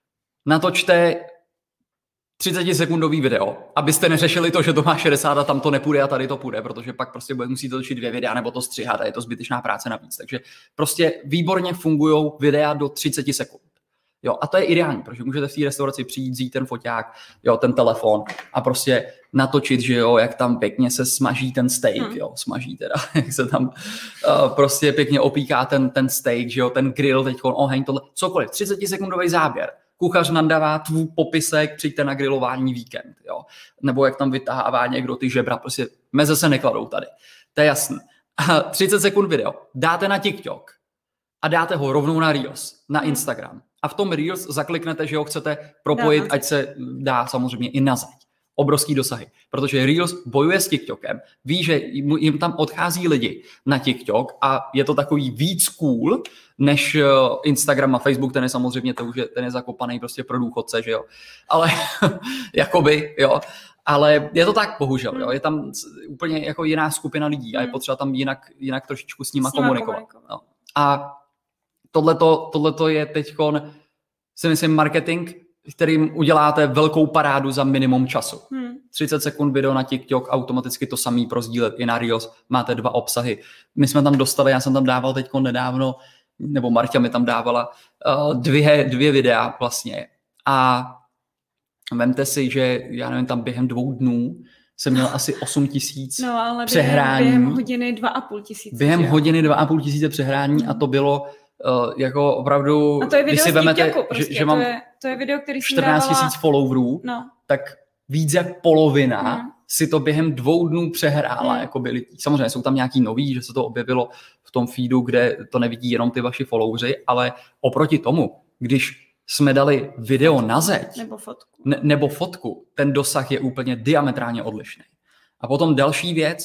A: Natočte třicetisekundový video, abyste neřešili to, že to má šedesát a tam to nepůjde a tady to půjde, protože pak prostě musíte točit dvě videa nebo to stříhat a je to zbytečná práce navíc. Takže prostě výborně fungují videa do třicet sekund. Jo, a to je ideální, protože můžete v té restauraci přijít, vzít ten foťák, jo, ten telefon a prostě natočit, že jo, jak tam pěkně se smaží ten steak, hmm. jo, smaží teda, jak se tam uh, prostě pěkně opíká ten, ten steak, že jo, ten grill, teďkon oheň, tohle, cokoliv, třicetisekundový záběr. Kuchař nadává tvůj popisek, přijďte na grilování víkend, jo. Nebo jak tam vytahává někdo ty žebra, prostě meze se nekladou tady. To je jasný. třicet sekund video dáte na TikTok a dáte ho rovnou na Reels, na Instagram. A v tom Reels zakliknete, že ho chcete propojit, ať se dá samozřejmě i na zeď. Obrovský dosahy, protože Reels bojuje s TikTokem, ví, že jim tam odchází lidi na TikTok a je to takový víc cool, než Instagram a Facebook, ten je samozřejmě, to už je, ten je zakopaný prostě pro důchodce, že jo, ale jakoby, jo, ale je to tak, bohužel, jo, je tam úplně jako jiná skupina lidí a je potřeba tam jinak, jinak trošičku s nima, s nima komunikovat. komunikovat. No. A tohleto, tohleto je teďkon, si myslím, marketing, kterým uděláte velkou parádu za minimum času. Hmm. třicet sekund video na TikTok, automaticky to samý prozdílet i na Reels, máte dva obsahy. My jsme tam dostali, já jsem tam dával teďko nedávno, nebo Marta mi tam dávala uh, dvě, dvě videa vlastně. A vemte si, že já nevím, tam během dvou dnů jsem měl asi osm tisíc
B: no, ale
A: přehrání.
B: Během hodiny dva a půl tisíce.
A: Během hodiny dva a půl tisíce přehrání hmm. a to bylo Uh, jako opravdu,
B: a to je video
A: když si vemete,
B: TikToku, prostě.
A: že, že mám
B: to je, to je video, který
A: čtrnáct tisíc dávala... followerů,
B: no.
A: tak víc jak polovina
B: hmm.
A: si to během dvou dnů přehrála.
B: Hmm.
A: Jako byli, samozřejmě jsou tam nějaký nový, že se to objevilo v tom feedu, kde to nevidí jenom ty vaši followři, ale oproti tomu, když jsme dali video na zeď
B: nebo fotku,
A: ne, nebo fotku, ten dosah je úplně diametrálně odlišný. A potom další věc,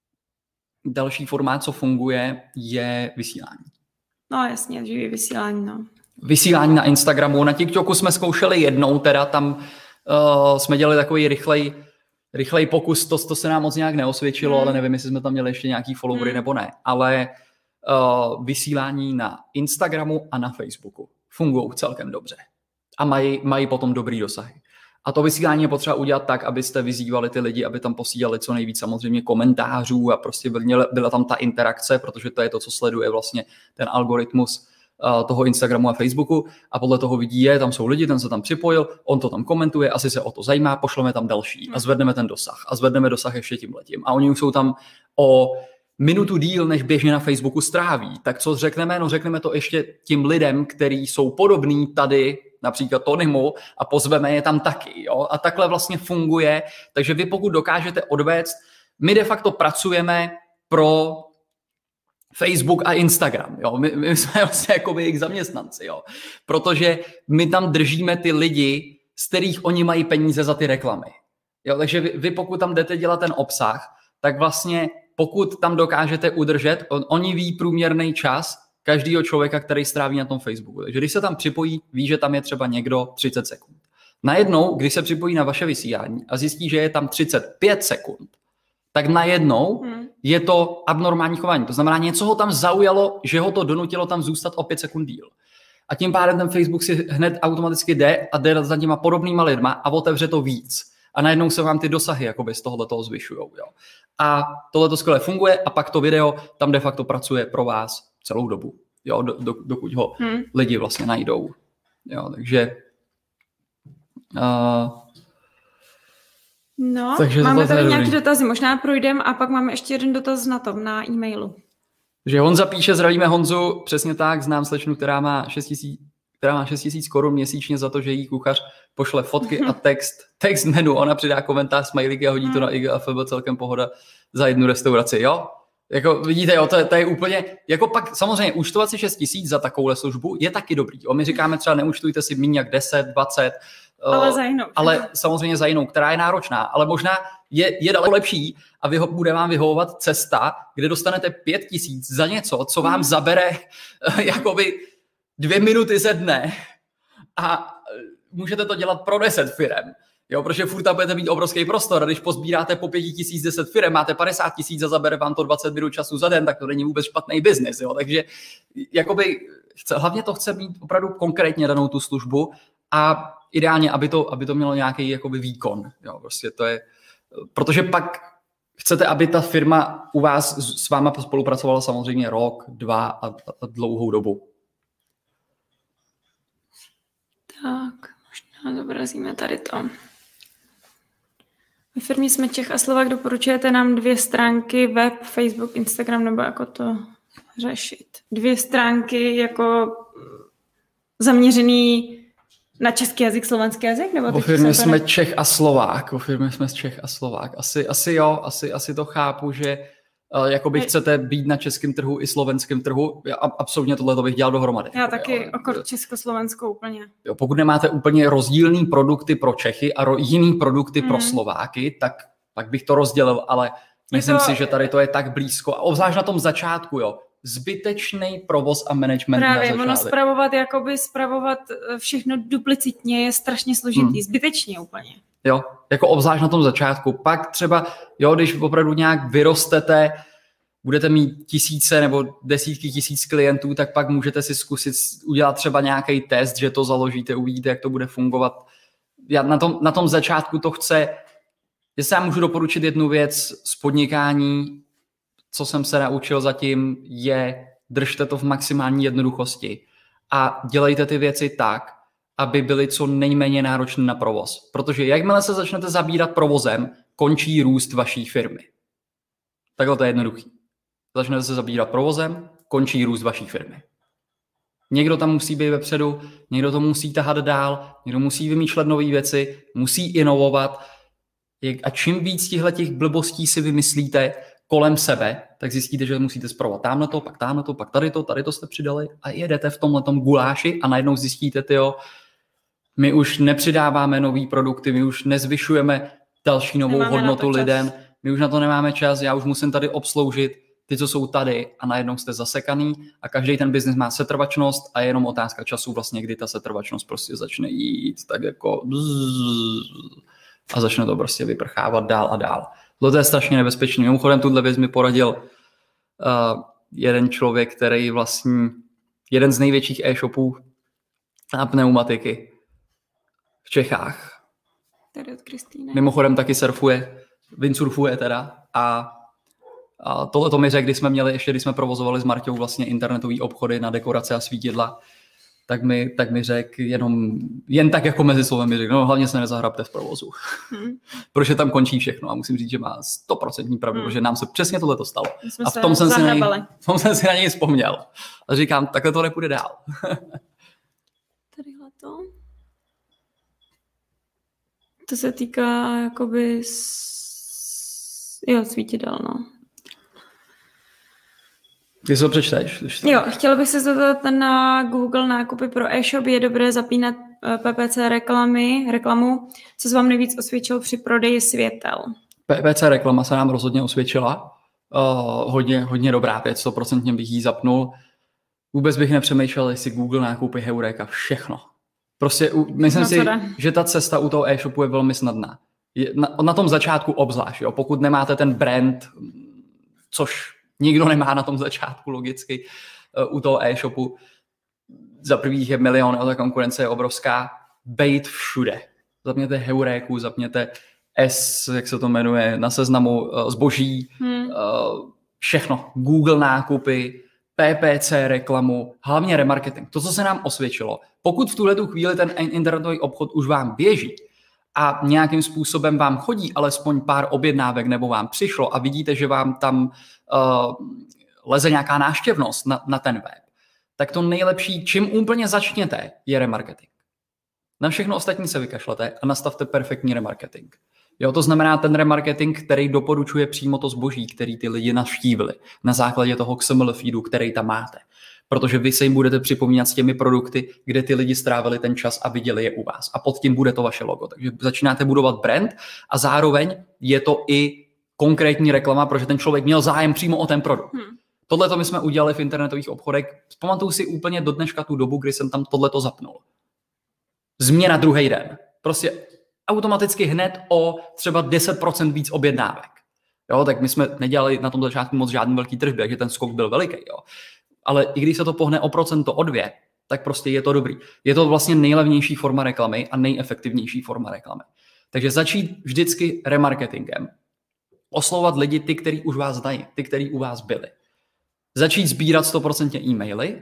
A: další formát, co funguje, je vysílání.
B: No jasně, živý vysílání, no.
A: Vysílání na Instagramu, na TikToku jsme zkoušeli jednou, teda tam uh, jsme dělali takový rychlej, rychlej pokus, to, to se nám moc nějak neosvědčilo, hmm. ale nevím, jestli jsme tam měli ještě nějaký followery hmm. nebo ne, ale uh, vysílání na Instagramu a na Facebooku fungují celkem dobře a mají, mají potom dobrý dosahy. A to vysílání je potřeba udělat tak, abyste vyzývali ty lidi, aby tam posílali co nejvíc samozřejmě komentářů a prostě byla tam ta interakce, protože to je to, co sleduje vlastně ten algoritmus uh, toho Instagramu a Facebooku a podle toho vidí je, tam jsou lidi, ten se tam připojil, on to tam komentuje, asi se o to zajímá, pošleme tam další a zvedneme ten dosah a zvedneme dosah ještě tímhletím. A oni už jsou tam o minutu díl, než běžně na Facebooku stráví. Tak co řekneme? No řekneme to ještě tím lidem, kteří jsou podobní tady, například Tonymu, a pozveme je tam taky. Jo? A takhle vlastně funguje. Takže vy pokud dokážete odvést, my de facto pracujeme pro Facebook a Instagram. Jo? My, my jsme vlastně jako jejich zaměstnanci. Jo? Protože my tam držíme ty lidi, z kterých oni mají peníze za ty reklamy. Jo? Takže vy, vy pokud tam jdete dělat ten obsah, tak vlastně pokud tam dokážete udržet, on, oni ví průměrný čas každého člověka, který stráví na tom Facebooku. Takže když se tam připojí, ví, že tam je třeba někdo třicet sekund. Najednou, když se připojí na vaše vysílání a zjistí, že je tam třicet pět sekund, tak najednou hmm. je to abnormální chování. To znamená, něco ho tam zaujalo, že ho to donutilo tam zůstat o pět sekund díl. A tím pádem ten Facebook si hned automaticky jde a jde za těma podobnýma lidma a otevře to víc. A najednou se vám ty dosahy jakoby z tohohle toho zvyšujou. Jo. A tohle to skvěle funguje a pak to video tam de facto pracuje pro vás celou dobu, jo, do, do, dokud ho hmm. lidi vlastně najdou. Jo, takže uh,
B: no, takže máme tady nějaký dotazy, možná projdeme a pak máme ještě jeden dotaz na tom, na e-mailu.
A: Že Honza píše, zdravíme Honzu, přesně tak, znám slečnu, která má šest tisíc, která má šest tisíc korun měsíčně za to, že jí kuchař pošle fotky a text, text menu, ona přidá komentář, smajlíky a hodí to na I G a F B, celkem pohoda za jednu restauraci, jo? Jako vidíte, jo, to, to je úplně, jako pak samozřejmě účtovat si šest tisíc za takovouhle službu je taky dobrý. Jo? My říkáme třeba neúčtujte si méně jak deset, dvacet,
B: ale, za jinou.
A: ale samozřejmě za jinou, která je náročná, ale možná je, je daleko lepší a vyho, bude vám vyhovovat cesta, kde dostanete pět tisíc za něco, co vám hmm. zabere jakoby dvě minuty ze dne a můžete to dělat pro deset firem. Jo, protože furt tam budete mít obrovský prostor a když pozbíráte po pěti tisíc deset firem, máte padesát tisíc a zabere vám to dvacet minut času za den, tak to není vůbec špatný biznis. Jo? Takže jakoby, chce, hlavně to chce mít opravdu konkrétně danou tu službu a ideálně, aby to, aby to mělo nějaký jakoby výkon. Jo? Prostě to je, protože pak chcete, aby ta firma u vás s váma spolupracovala samozřejmě rok, dva a, a dlouhou dobu.
B: Tak, možná zobrazíme tady to. Ve firmě jsme Čech a Slovak, doporučujete nám dvě stránky, web, Facebook, Instagram, nebo jako to řešit? Dvě stránky jako zaměřený na český jazyk, slovenský jazyk? Nebo
A: Ve firmě jsme Čech a Slovák. Ve firmě jsme Čech a Slovák. Asi, asi jo, asi, asi to chápu, že uh, jakoby chcete být na českém trhu i slovenském trhu. Já absolutně tohle to bych dělal dohromady.
B: Já taky okolo Československou úplně.
A: Jo, pokud nemáte úplně rozdílný produkty pro Čechy a ro, jiný produkty mm. pro Slováky, tak pak bych to rozdělil, ale myslím to... si, že tady to je tak blízko. A obzvlášť na tom začátku, jo. Zbytečný provoz a management.
B: Právě, ono spravovat, jakoby spravovat všechno duplicitně je strašně složitý. Hmm. Zbytečně úplně.
A: Jo, jako obzvlášť na tom začátku. Pak třeba, jo, když opravdu nějak vyrostete, budete mít tisíce nebo desítky tisíc klientů, tak pak můžete si zkusit udělat třeba nějaký test, že to založíte, uvidíte, jak to bude fungovat. Já na tom, na tom začátku to chce, jestli já můžu doporučit jednu věc z podnikání, co jsem se naučil zatím, je držte to v maximální jednoduchosti a dělejte ty věci tak, aby byly co nejméně náročné na provoz. Protože jakmile se začnete zabírat provozem, končí růst vaší firmy. Takhle to je jednoduchý. Začnete se zabírat provozem, končí růst vaší firmy. Někdo tam musí být vepředu, někdo to musí tahat dál, někdo musí vymýšlet nové věci, musí inovovat. A čím víc těch blbostí si vymyslíte kolem sebe, tak zjistíte, že musíte spravovat tamhle to, pak tamhle to, pak tady to, tady to jste přidali a jedete v tomhletom guláši a najednou zjistíte, tyjo, my už nepřidáváme nový produkty, my už nezvyšujeme další novou nemáme hodnotu lidem, my už na to nemáme čas, já už musím tady obsloužit ty, co jsou tady a najednou jste zasekaný a každý ten biznis má setrvačnost a je jenom otázka času vlastně, kdy ta setrvačnost prostě začne jít tak jako a začne to prostě vyprchávat dál a dál. To je strašně nebezpečný. Mimochodem, tuhle věc mi poradil uh, jeden člověk, který vlastní jeden z největších e-shopů na pneumatiky v Čechách.
B: Tady od Kristýny.
A: Mimochodem taky surfuje, windsurfuje teda a, a tohle to mi řekl, když jsme měli, ještě když jsme provozovali s Marťou vlastně internetový obchody na dekorace a svítidla, tak mi, tak mi řekl jenom, jen tak jako mezi slovem mi řekl, no hlavně se nezahrabte v provozu. Hmm. Protože tam končí všechno a musím říct, že má sto procent pravdu, hmm. protože nám se přesně tohle to stalo. A v tom jsem, si na něj, v tom jsem si na něj vzpomněl. A říkám, takhle to nepůjde dál.
B: Tadyhle to. To se týká jakoby s... jo, svítidel, no.
A: Ty se to přečteš?
B: Jo, chtěla bych se zeptat na Google nákupy pro e-shop. Je dobré zapínat P P C reklamy, reklamu. Co se vám nejvíc osvědčilo při prodeji světel?
A: P P C reklama se nám rozhodně osvědčila. Uh, hodně, hodně dobrá věc, sto procent bych jí zapnul. Vůbec bych nepřemýšlel, jestli Google nákupy, Heureka, všechno. Prostě myslím no, si, jde? že ta cesta u toho e-shopu je velmi snadná. Je, na, na tom začátku obzvlášť, jo, pokud nemáte ten brand, což nikdo nemá na tom začátku logicky uh, u toho e-shopu. Za prvních je milion, a ta konkurence je obrovská. Bejt všude. Zapněte Heuréku, zapněte S, jak se to jmenuje, na seznamu uh, zboží, hmm. uh, všechno. Google nákupy, P P C reklamu, hlavně remarketing. To, co se nám osvědčilo. Pokud v tuhletu chvíli ten internetový obchod už vám běží a nějakým způsobem vám chodí alespoň pár objednávek nebo vám přišlo a vidíte, že vám tam uh, leze nějaká návštěvnost na, na ten web, tak to nejlepší, čím úplně začněte, je remarketing. Na všechno ostatní se vykašlete a nastavte perfektní remarketing. Jo, to znamená ten remarketing, který doporučuje přímo to zboží, který ty lidi navštívili na základě toho X M L feedu, který tam máte. Protože vy se jim budete připomínat s těmi produkty, kde ty lidi strávili ten čas a viděli je u vás. A pod tím bude to vaše logo. Takže začínáte budovat brand a zároveň je to i konkrétní reklama, protože ten člověk měl zájem přímo o ten produkt. Hmm. Tohle to my jsme udělali v internetových obchodech. Pamatuju si úplně do dneška tu dobu, kdy jsem tam tohleto zapnul. Změna druhý den. Prostě automaticky hned o třeba deset procent víc objednávek. Jo, tak my jsme nedělali na tom začátku moc žádný velký tržby, takže ten skok byl veliký. Jo. Ale i když se to pohne o procento, o dvě, tak prostě je to dobrý. Je to vlastně nejlevnější forma reklamy a nejefektivnější forma reklamy. Takže začít vždycky remarketingem. Oslovovat lidi, ty, kteří už vás znají, ty, kteří u vás byli. Začít sbírat sto procent e-maily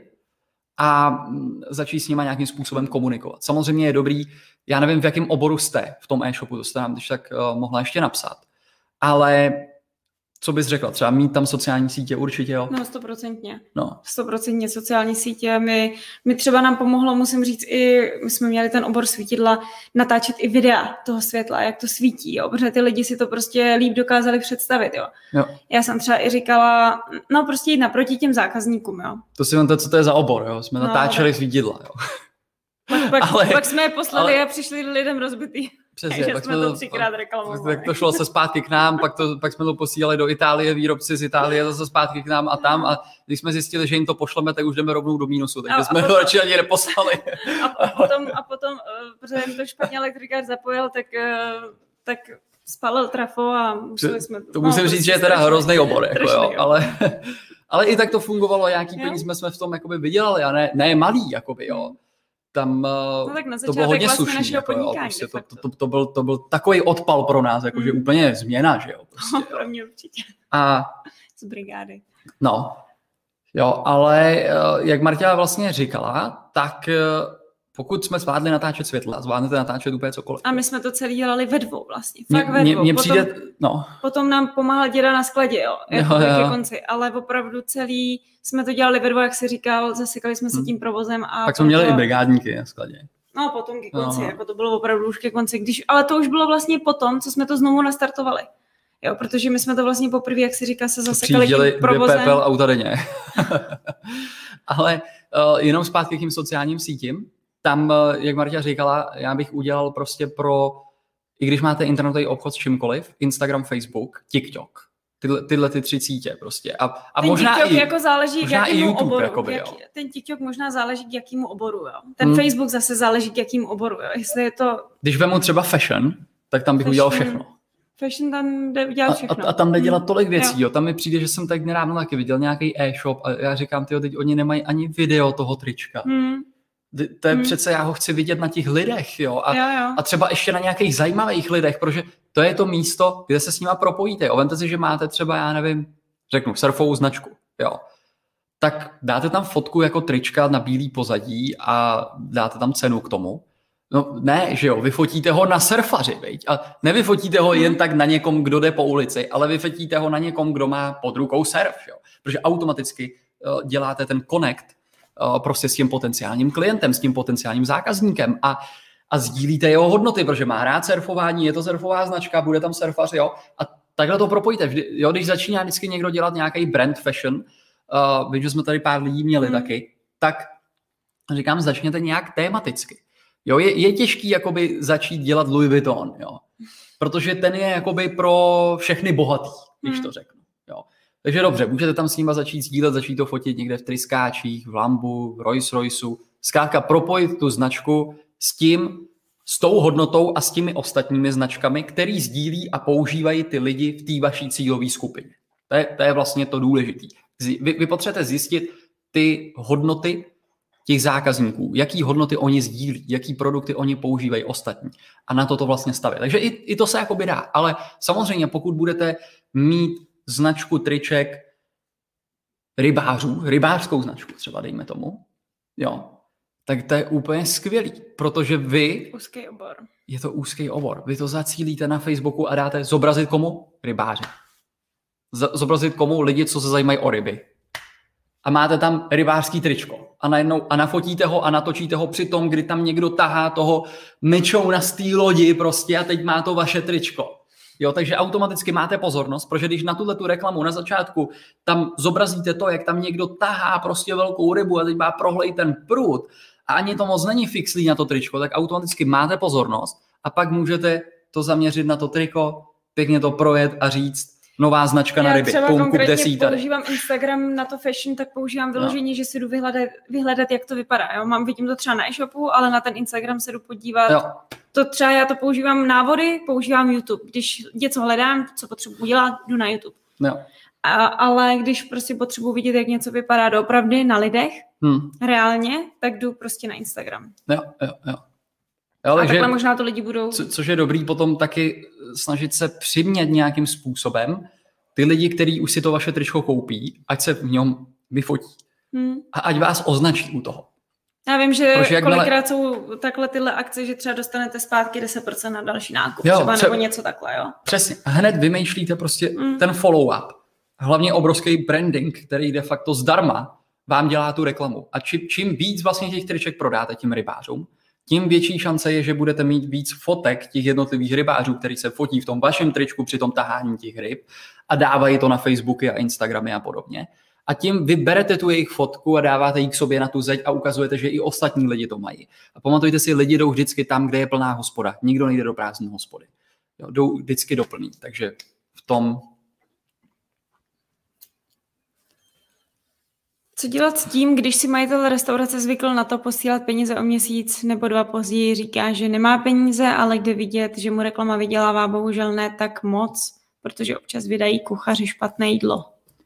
A: a začít s nimi nějakým způsobem komunikovat. Samozřejmě je dobrý, já nevím, v jakém oboru jste v tom e-shopu, to jste nám když tak uh, mohla ještě napsat, ale co bys řekla? Třeba mít tam sociální sítě určitě, jo?
B: No, stoprocentně.
A: No.
B: Stoprocentně sociální sítě. My, my třeba nám pomohlo, musím říct, i my jsme měli ten obor svítidla, natáčet i videa toho světla, jak to svítí, jo? Protože ty lidi si to prostě líp dokázali představit, jo?
A: Jo.
B: Já jsem třeba i říkala, no prostě jít naproti těm zákazníkům, jo?
A: To si vemte, co to je za obor, jo? Jsme no, natáčeli tak... svítidla, jo?
B: Pak, pak, ale, pak jsme je poslali ale... a přišli lidem rozbitý.
A: Přesně,
B: takže
A: pak
B: jsme to třikrát reklamovali.
A: Tak to šlo se zpátky k nám, pak, to, pak jsme to posílali do Itálie, výrobci z Itálie zase zpátky k nám a tam a když jsme zjistili, že jim to pošleme, tak už jdeme rovnou do mínusu, takže no, jsme potom, to radši ani neposlali.
B: A potom, a potom protože jim to špatně elektrikář zapojil, tak, tak spalil trafo a museli jsme...
A: To musím no, říct, že je teda hrozný obor, jako jo, ale, ale i tak to fungovalo, jaký peníze jsme v tom jakoby vydělali a ne, ne malý, jakoby, jo. Tam no, to bylo hodně
B: vlastně
A: slušný. Jako, jo, prostě to, to, to, to, byl, to byl takový odpal pro nás, jakože mm. úplně změna, že jo. Prostě,
B: no, pro mě určitě.
A: A,
B: z brigády.
A: No, jo, ale jak Marta vlastně říkala, tak pokud jsme zvládli natáčet světla, zvládnete natáčet úplně cokoliv.
B: A my jsme to celý dělali ve dvou vlastně, fakt ve
A: dvou.
B: Mě,
A: mě
B: potom,
A: přijde, no.
B: potom nám pomáhal děda na skladě, jo, jako jo, jo. ke konci, ale opravdu celý jsme to dělali ve dvou, jak jsi říkal, zasekali jsme se tím provozem. A
A: pak jsme měli to... i brigádníky na skladě.
B: No potom ke konci, no. jako to bylo opravdu už ke konci, když, ale to už bylo vlastně potom, co jsme to znovu nastartovali. Jo, protože my jsme to vlastně poprvé, jak si říká, se zasekali tím provozem.
A: Pepel auta denně. Ale uh, jenom zpátky k tím sociálním sítím. Tam, jak Marta říkala, já bych udělal prostě pro, i když máte internetový obchod s čímkoliv, Instagram, Facebook, TikTok, tyhle, tyhle ty tři sítě prostě. A, a
B: ten
A: možná
B: TikTok
A: i,
B: jako záleží k jakému oboru.
A: Jakoby,
B: jak, ten TikTok možná záleží k jakému oboru, jo. Ten hmm. Facebook zase záleží k jakému oboru, jo. Jestli je to...
A: Když vemu třeba fashion, tak tam bych fashion, udělal všechno.
B: Fashion tam jde udělat všechno.
A: A, a, a tam jde dělat tolik věcí, jo. jo. Tam mi přijde, že jsem tak nedávno taky viděl nějaký e-shop a já říkám, tyjo, teď oni nemají ani video toho trička. Hmm. To je hmm. přece, já ho chci vidět na těch lidech, jo? A,
B: jo, jo.
A: a třeba ještě na nějakých zajímavých lidech, protože to je to místo, kde se s nima propojíte. Jo? Vemte si, že máte třeba, já nevím, řeknu, surfovou značku, jo? Tak dáte tam fotku jako trička na bílý pozadí a dáte tam cenu k tomu. No ne, že jo, vyfotíte ho na surfaři, viď? A nevyfotíte ho jen tak na někom, kdo jde po ulici, ale vyfotíte ho na někom, kdo má pod rukou surf, jo? Protože automaticky uh, děláte ten connect prostě s tím potenciálním klientem, s tím potenciálním zákazníkem a, a sdílíte jeho hodnoty, protože má rád surfování, je to surfová značka, bude tam surfař, jo, a takhle to propojíte. Vždy, jo, když začíná vždycky někdo dělat nějaký brand fashion, uh, vím, že jsme tady pár lidí měli mm. taky, tak říkám, začněte nějak tématicky. Jo, je, je těžký jakoby začít dělat Louis Vuitton, jo, protože ten je jakoby pro všechny bohatý, když mm. to řeknu, jo. Takže dobře, můžete tam s nima začít sdílet, začít to fotit někde v Tryskáčích, v Lambu, v Rolls Royceu. Zkrátka propojit tu značku s tím, s tou hodnotou a s těmi ostatními značkami, který sdílí a používají ty lidi v té vaší cílové skupině. To je, to je vlastně to důležité. Vy, vy potřebujete zjistit ty hodnoty těch zákazníků, jaký hodnoty oni sdílí, jaký produkty oni používají ostatní a na to to vlastně stavět. Takže i, i to se jakoby dá, ale samozřejmě pokud budete mít značku triček rybářů, rybářskou značku třeba, dejme tomu, jo, tak to je úplně skvělý, protože vy...
B: Úzký obor.
A: Je to úzký obor. Vy to zacílíte na Facebooku a dáte zobrazit komu? Rybáři. Z- zobrazit komu? Lidi, co se zajímají o ryby. a máte tam rybářský tričko a najednou a nafotíte ho a natočíte ho při tom, kdy tam někdo tahá toho mečouna z té lodi prostě a teď má to vaše tričko. Jo, takže automaticky máte pozornost, protože když na tuhle tu reklamu na začátku tam zobrazíte to, jak tam někdo tahá prostě velkou rybu a teď má prohlej ten prut a ani to moc není fixlý na to tričko, tak automaticky máte pozornost a pak můžete to zaměřit na to triko, pěkně to projet a říct nová značka
B: já
A: na ryby.
B: Já třeba konkrétně používám Instagram na to fashion, tak používám vyloženě, no. že si jdu vyhledat, vyhledat, jak to vypadá. Jo? Mám, vidím to třeba na e-shopu, ale na ten Instagram se jdu podívat. Jo. To třeba já to používám návody, používám YouTube. Když něco hledám, co potřebuji udělat, jdu na YouTube.
A: Jo.
B: A, ale když prostě potřebuji vidět, jak něco vypadá doopravdy na lidech, hmm. reálně, tak jdu prostě na Instagram.
A: Jo, jo, jo.
B: Jo, a takže, takhle možná to lidi budou...
A: Co, což je dobrý potom taky snažit se přimět nějakým způsobem ty lidi, kteří už si to vaše tričko koupí, ať se v něm vyfotí. Hmm. A ať vás označí u toho.
B: Já vím, že kolikrát jakmile... jsou takhle tyhle akce, že třeba dostanete zpátky deset procent na další nákup. Jo, třeba pře... nebo něco takhle, jo?
A: Přesně. A hned vymýšlíte prostě hmm. ten follow-up. Hlavně obrovský branding, který de facto zdarma vám dělá tu reklamu. A čím, čím víc vlastně těch triček prodáte tím rybářům, tím větší šance je, že budete mít víc fotek těch jednotlivých rybářů, který se fotí v tom vašem tričku při tom tahání těch ryb a dávají to na Facebooky a Instagramy a podobně. A tím vy berete tu jejich fotku a dáváte ji k sobě na tu zeď a ukazujete, že i ostatní lidi to mají. A pamatujte si, lidi jdou vždycky tam, kde je plná hospoda. Nikdo nejde do prázdné hospody. Jo, jdou vždycky do plný. Takže v tom...
B: Co dělat s tím, když si majitel restaurace zvykl na to posílat peníze o měsíc nebo dva později, říká, že nemá peníze, ale kde vidět, že mu reklama vydělává, bohužel ne tak moc, protože občas vydají kuchaři špatné jídlo.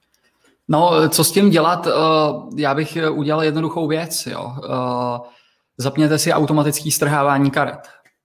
A: No, co s tím dělat? Já bych udělal jednoduchou věc. Jo. Zapněte si automatické strhávání karet.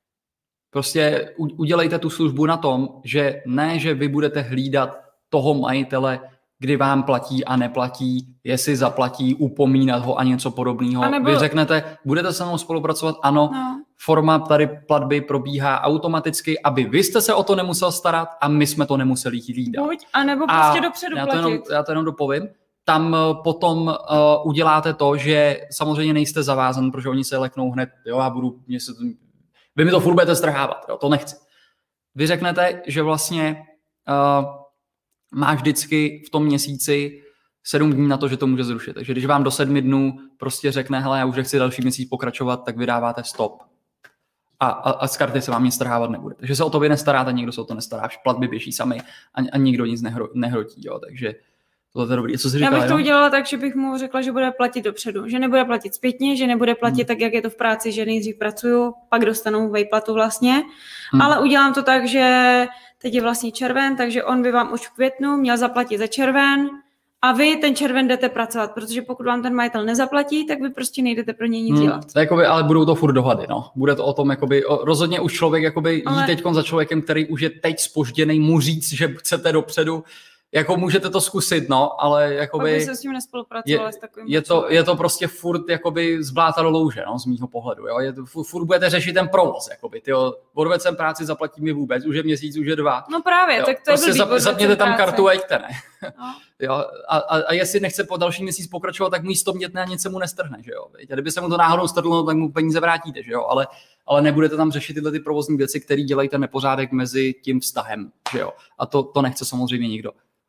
A: Prostě udělejte tu službu na tom, že ne, že vy budete hlídat toho majitele, kdy vám platí a neplatí, jestli zaplatí, upomínat ho a něco podobného. Nebo... Vy řeknete, budete se mnou spolupracovat, ano, no. Forma tady platby probíhá automaticky, aby vy jste se o to nemusel starat a my jsme to nemuseli hlídat.
B: Buď, anebo prostě dopředu
A: já
B: platit.
A: To jenom, já to jenom dopovím. Tam potom uh, uděláte to, že samozřejmě nejste zavázan, protože oni se leknou hned, jo, já budu, mě se, vy mi to furt budete strhávat, jo, to nechci. Vy řeknete, že vlastně uh, máš vždycky v tom měsíci sedm dní na to, že to může zrušit. Takže když vám do sedmi dnů prostě řekne, hele, já už nechci další měsíc pokračovat, tak vydáváte stop. A, a, a z karty se vám nic strhávat nebude. Takže se o tobě nestaráte, nikdo se o to nestará, platby běží sami a, a nikdo nic nehro, nehrotí. Jo. Takže tohle je dobrý. Co jsi říkala,
B: já bych to
A: jo?
B: udělala tak, že bych mu řekla, že bude platit dopředu. Že nebude platit zpětně, že nebude platit hmm. tak, jak je to v práci, že nejdřív pracuju, pak dostanu vejplatu vlastně. Hmm. Ale udělám to tak, že teď je vlastně červen, takže on by vám už v květnu měl zaplatit za červen a vy ten červen jdete pracovat, protože pokud vám ten majitel nezaplatí, tak vy prostě nejdete pro něj nic hmm, dělat.
A: Jakoby, ale budou to furt dohady, no. Bude to o tom, jakoby, o, rozhodně už člověk jakoby, ale... jí teďkon za člověkem, který už je teď zpožděnej, mu říct, že chcete dopředu, jako můžete to zkusit, no, ale jakoby...
B: Pak by se s tím nespolupracovala s takovým...
A: Je to, je to prostě furt jakoby z bláta do louže, no, z mýho pohledu, jo. Je to, furt budete řešit ten provoz, jakoby, tyjo, odved jsem práci, zaplatí mi vůbec, už je měsíc, už je dva.
B: No právě, jo. Tak to je
A: prostě
B: blbý,
A: zapněte tam kartu a jďte, ne. No. Jo, a, a, a jestli nechce po další měsíc pokračovat, tak mu jí stopněte a nic se mu nestrhne, že jo. A kdyby se mu to náhodou strhlo, tak mu peníze vrátíte, že jo, ale, ale nebudete tam řešit tyhle ty provozní věci, které dělají ten nepořádek mezi tím vztahem, že jo. A to, to nechce samozřejmě nikdo.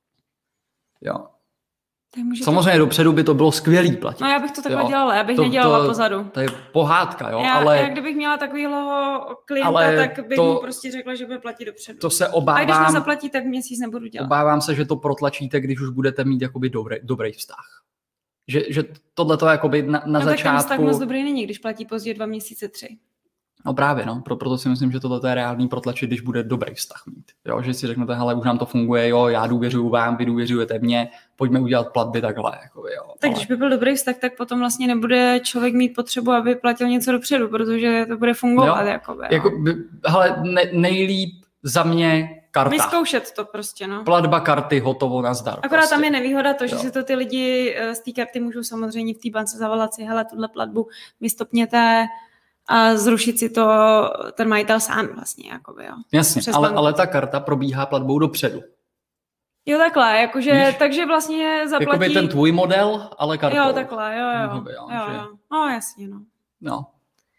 A: Jo. Samozřejmě to... dopředu by to bylo skvělý platit.
B: No já bych to takhle jo. dělala, já bych to, nedělala
A: to,
B: pozadu.
A: To je pohádka, jo,
B: já,
A: ale...
B: Já kdybych měla takovýhle klienta, ale tak bych to, mu prostě řekla, že bude platit dopředu.
A: To se obávám...
B: A když mi zaplatí, tak měsíc nebudu dělat.
A: Obávám se, že to protlačíte, když už budete mít jakoby dobrý, dobrý vztah. Že, že tohle to jakoby na, na
B: no,
A: začátku...
B: No tak ten vztah moc dobrý není, když platí pozdě dva měsíce, tři.
A: No právě, no, Pro, proto si myslím, že tohle je reálný protlačit, když bude dobrý vztah mít. Jo, že si řeknete, hele, už nám to funguje, jo, já důvěřuju vám, vy důvěřujete mně, pojďme udělat platby takhle. Jako, jo,
B: tak
A: ale...
B: když by byl dobrý vztah, tak potom vlastně nebude člověk mít potřebu, aby platil něco dopředu, protože to bude fungovat.
A: Jo,
B: jakoby,
A: jako, hele, ne, nejlíp za mě karta.
B: Vyzkoušet to prostě, no.
A: Platba karty, hotovo, nazdar.
B: Akorát
A: prostě.
B: Tam je nevýhoda to, že jo. si to ty lidi z té karty můžou samozřejmě v té bance zavolat si, hele, tuhle platbu vystopněte a zrušit si to ten majitel sám vlastně. Jakoby, jo.
A: Jasně, ale, ale ta karta probíhá platbou dopředu.
B: Jo, takhle, jakože, takže vlastně zaplatí...
A: Jakoby ten tvůj model, ale kartou.
B: Jo, takhle, jo, jo.
A: By, jo,
B: jo,
A: že...
B: jo. No, jasně, no.
A: No.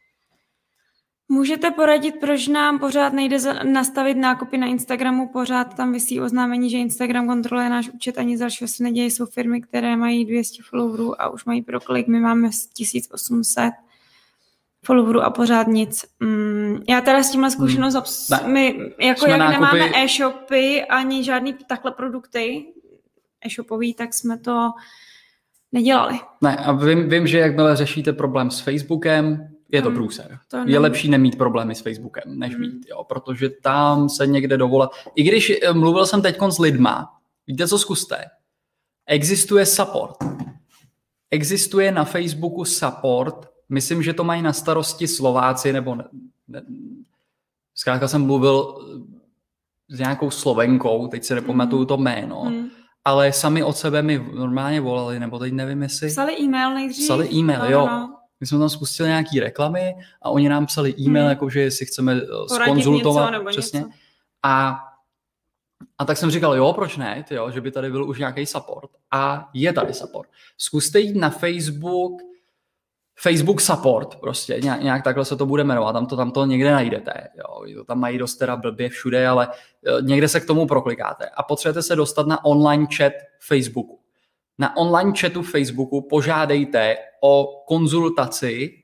B: Můžete poradit, proč nám pořád nejde za, nastavit nákupy na Instagramu, pořád tam visí oznámení, že Instagram kontroluje náš účet, ani dalšího se neděje, jsou firmy, které mají dvě stě followerů a už mají pro klik, my máme tisíc osm set followerů a pořád nic. Mm, já teda s tímhle zkušenost, hmm. abs- my jako jsme jak nákupy... nemáme e-shopy ani žádný takhle produkty e-shopový, tak jsme to nedělali.
A: Ne, a vím, vím, že jakmile řešíte problém s Facebookem, je to průser. To je lepší nemít problémy s Facebookem, než hmm. mít, jo, protože tam se někde dovolat. I když mluvil jsem teďkon s lidma, víte, co zkuste? Existuje support. Existuje na Facebooku support, myslím, že to mají na starosti Slováci, nebo ne, ne, zkrátka jsem mluvil s nějakou Slovenkou, teď si nepamatuju to jméno, hmm. ale sami od sebe mi normálně volali, nebo teď nevím, jestli...
B: Psali e-mail nejdřív.
A: Psali e-mail, no, jo. No. My jsme tam spustili nějaký reklamy a oni nám psali e-mail, hmm. jakože jestli chceme zkonzultovat. Přesně. A, a tak jsem říkal, jo, proč ne, tyjo, že by tady byl už nějaký support. A je tady support. Zkuste jít na Facebook, Facebook support, prostě, nějak, nějak takhle se to bude jmenovat, tam to, tam to někde najdete. Jo. To tam mají dost teda blbě všude, ale někde se k tomu proklikáte. A potřebujete se dostat na online chat Facebooku. Na online chatu Facebooku požádejte o konzultaci,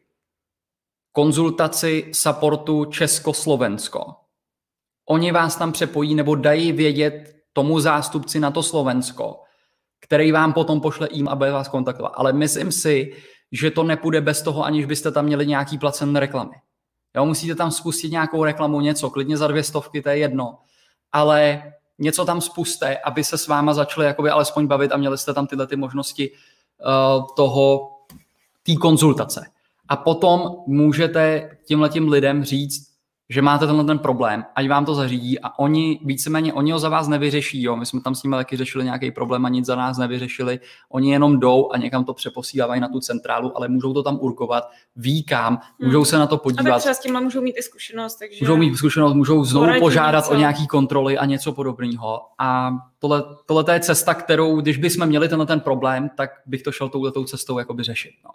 A: konzultaci supportu Československo. Oni vás tam přepojí nebo dají vědět tomu zástupci na to Slovensko, který vám potom pošle jim a bude vás kontaktovat. Ale myslím si, že to nepůjde bez toho, aniž byste tam měli nějaký placené reklamy. Jo, musíte tam spustit nějakou reklamu, něco, klidně za dvě stovky, to je jedno. Ale něco tam spuste, aby se s váma začali jakoby alespoň bavit a měli jste tam tyhle ty možnosti uh, toho, té konzultace. A potom můžete těmhletím lidem říct, že máte tenhle ten problém, ať vám to zařídí a oni víceméně, oni ho za vás nevyřeší, jo. My jsme tam s nimi taky řešili nějaký problém a nic za nás nevyřešili. Oni jenom jdou a někam to přeposílávají na tu centrálu, ale můžou to tam urkovat, ví kam, můžou hmm. se na to podívat. A tak
B: třeba s tímhle můžou mít i zkušenost, takže...
A: Můžou mít zkušenost, můžou znovu požádat něco. O nějaký kontroly a něco podobného. A tohle, tohle je cesta, kterou, když bychom měli tenhle ten problém, tak bych to šel touhletou cestou jakoby řešit, no.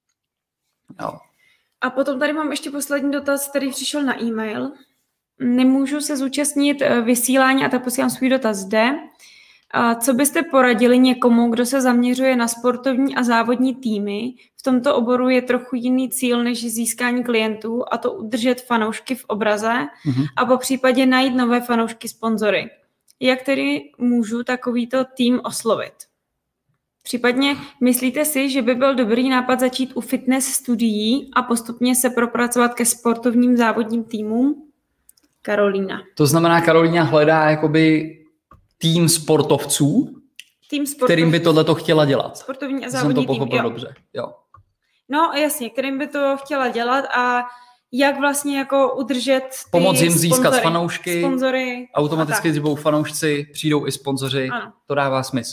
A: Jo.
B: A potom tady mám ještě poslední dotaz, který přišel na e-mail. Nemůžu se zúčastnit vysílání a tak posílám svůj dotaz zde. A co byste poradili někomu, kdo se zaměřuje na sportovní a závodní týmy? V tomto oboru je trochu jiný cíl než získání klientů, a to udržet fanoušky v obraze mm-hmm. a po případě najít nové fanoušky sponzory. Jak tedy můžu takovýto tým oslovit? Případně myslíte si, že by byl dobrý nápad začít u fitness studií a postupně se propracovat ke sportovním závodním týmům? Karolína.
A: To znamená, Karolína hledá jakoby tým sportovců, tým sportovců, kterým by tohleto chtěla dělat.
B: Sportovní a závodní
A: tým, jo.
B: dobře.
A: Jo.
B: No jasně, kterým by to chtěla dělat a jak vlastně jako udržet ty
A: pomoc jim získat sponzory, fanoušky,
B: sponzory
A: automaticky, když budou fanoušci, přijdou i sponzoři, ano. To dává smysl.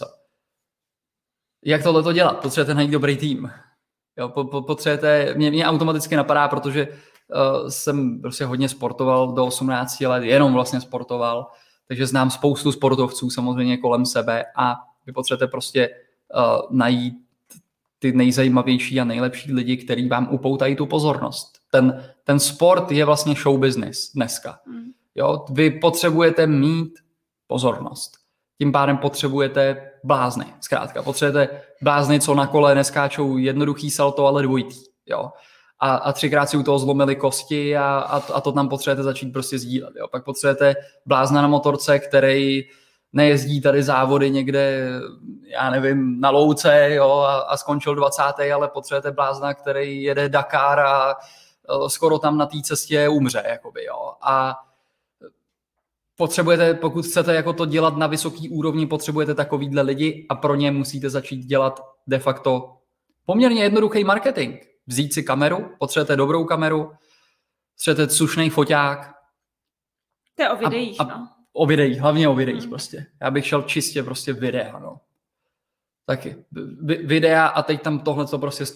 A: Jak tohleto dělat? Potřebujete najít dobrý tým. Jo, po, po, potřebujete, mě, mě automaticky napadá, protože uh, jsem prostě hodně sportoval do osmnácti let, jenom vlastně sportoval, takže znám spoustu sportovců samozřejmě kolem sebe a vy potřebujete prostě uh, najít ty nejzajímavější a nejlepší lidi, kteří vám upoutají tu pozornost. Ten, ten sport je vlastně show business dneska. Mm. Jo, vy potřebujete mít pozornost. Tím pádem potřebujete blázny, zkrátka. Potřebujete blázny, co na kole neskáčou jednoduchý salto, ale dvojitý. Jo? A, a třikrát si u toho zlomili kosti a, a, a to tam potřebujete začít prostě sdílet. Jo? Pak potřebujete blázna na motorce, který nejezdí tady závody někde, já nevím, na louce, jo? A, a skončil dvacátý, ale potřebujete blázna, který jede Dakar a skoro tam na té cestě umře. Jakoby, jo? A potřebujete, pokud chcete jako to dělat na vysoký úrovni, potřebujete takovýhle lidi a pro ně musíte začít dělat de facto poměrně jednoduchý marketing. Vzít si kameru, potřebujete dobrou kameru, potřebujete slušný foťák.
B: To je o videích, a, a no.
A: O videích, hlavně o videích hmm. prostě. Já bych šel čistě prostě videa, no. Taky. Videa a teď tam tohle to prostě stočit.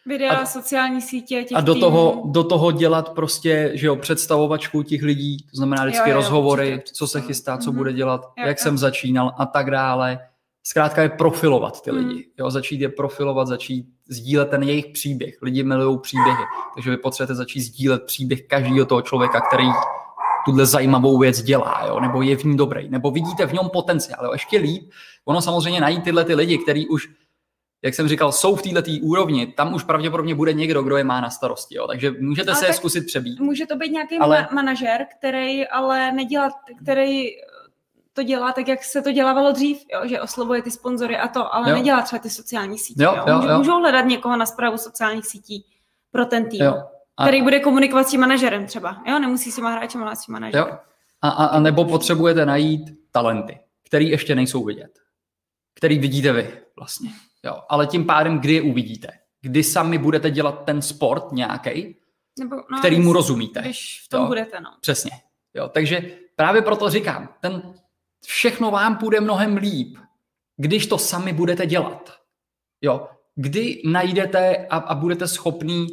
B: Videa, a, sociální sítě, těch
A: a do toho, do toho dělat prostě, že jo, představovačku těch lidí, to znamená vždycky jo, jo, rozhovory, určitě, co se chystá, co mm-hmm. bude dělat, jo, jak jo. jsem začínal a tak dále. Zkrátka je profilovat ty lidi, mm. jo, začít je profilovat, začít sdílet ten jejich příběh. Lidi milují příběhy, takže vy potřebujete začít sdílet příběh každého toho člověka, který tuhle zajímavou věc dělá, jo, nebo je v ní dobrý, nebo vidíte v něm potenciál, jo, ještě líp. Ono samozřejmě najít tyhle ty lidi, který už, jak jsem říkal, jsou v této úrovni, tam už pravděpodobně bude někdo, kdo je má na starosti, jo, takže můžete ale se je zkusit přebít.
B: Může to být nějaký ale... manažer, který ale nedělá, který to dělá tak, jak se to dělávalo dřív, jo, že oslovuje ty sponzory a to, ale jo. nedělá třeba ty sociální sítě. Jo, jo. Jo, jo. Můžou hledat někoho na správu sociálních sítí pro ten tým, jo. A... který bude komunikovat s tím manažerem třeba. Jo, nemusí s těma hráčem, ale s tím manažerem. Jo.
A: A, a, a nebo potřebujete najít talenty, který ještě nejsou vidět, který vidíte vy vlastně. Jo. Ale tím pádem, kdy je uvidíte? Kdy sami budete dělat ten sport nějaký, no, který mu rozumíte.
B: Když v tom jo. budete, no.
A: Přesně. Jo. Takže právě proto říkám, ten všechno vám půjde mnohem líp, když to sami budete dělat. Jo. Kdy najdete a, a budete schopní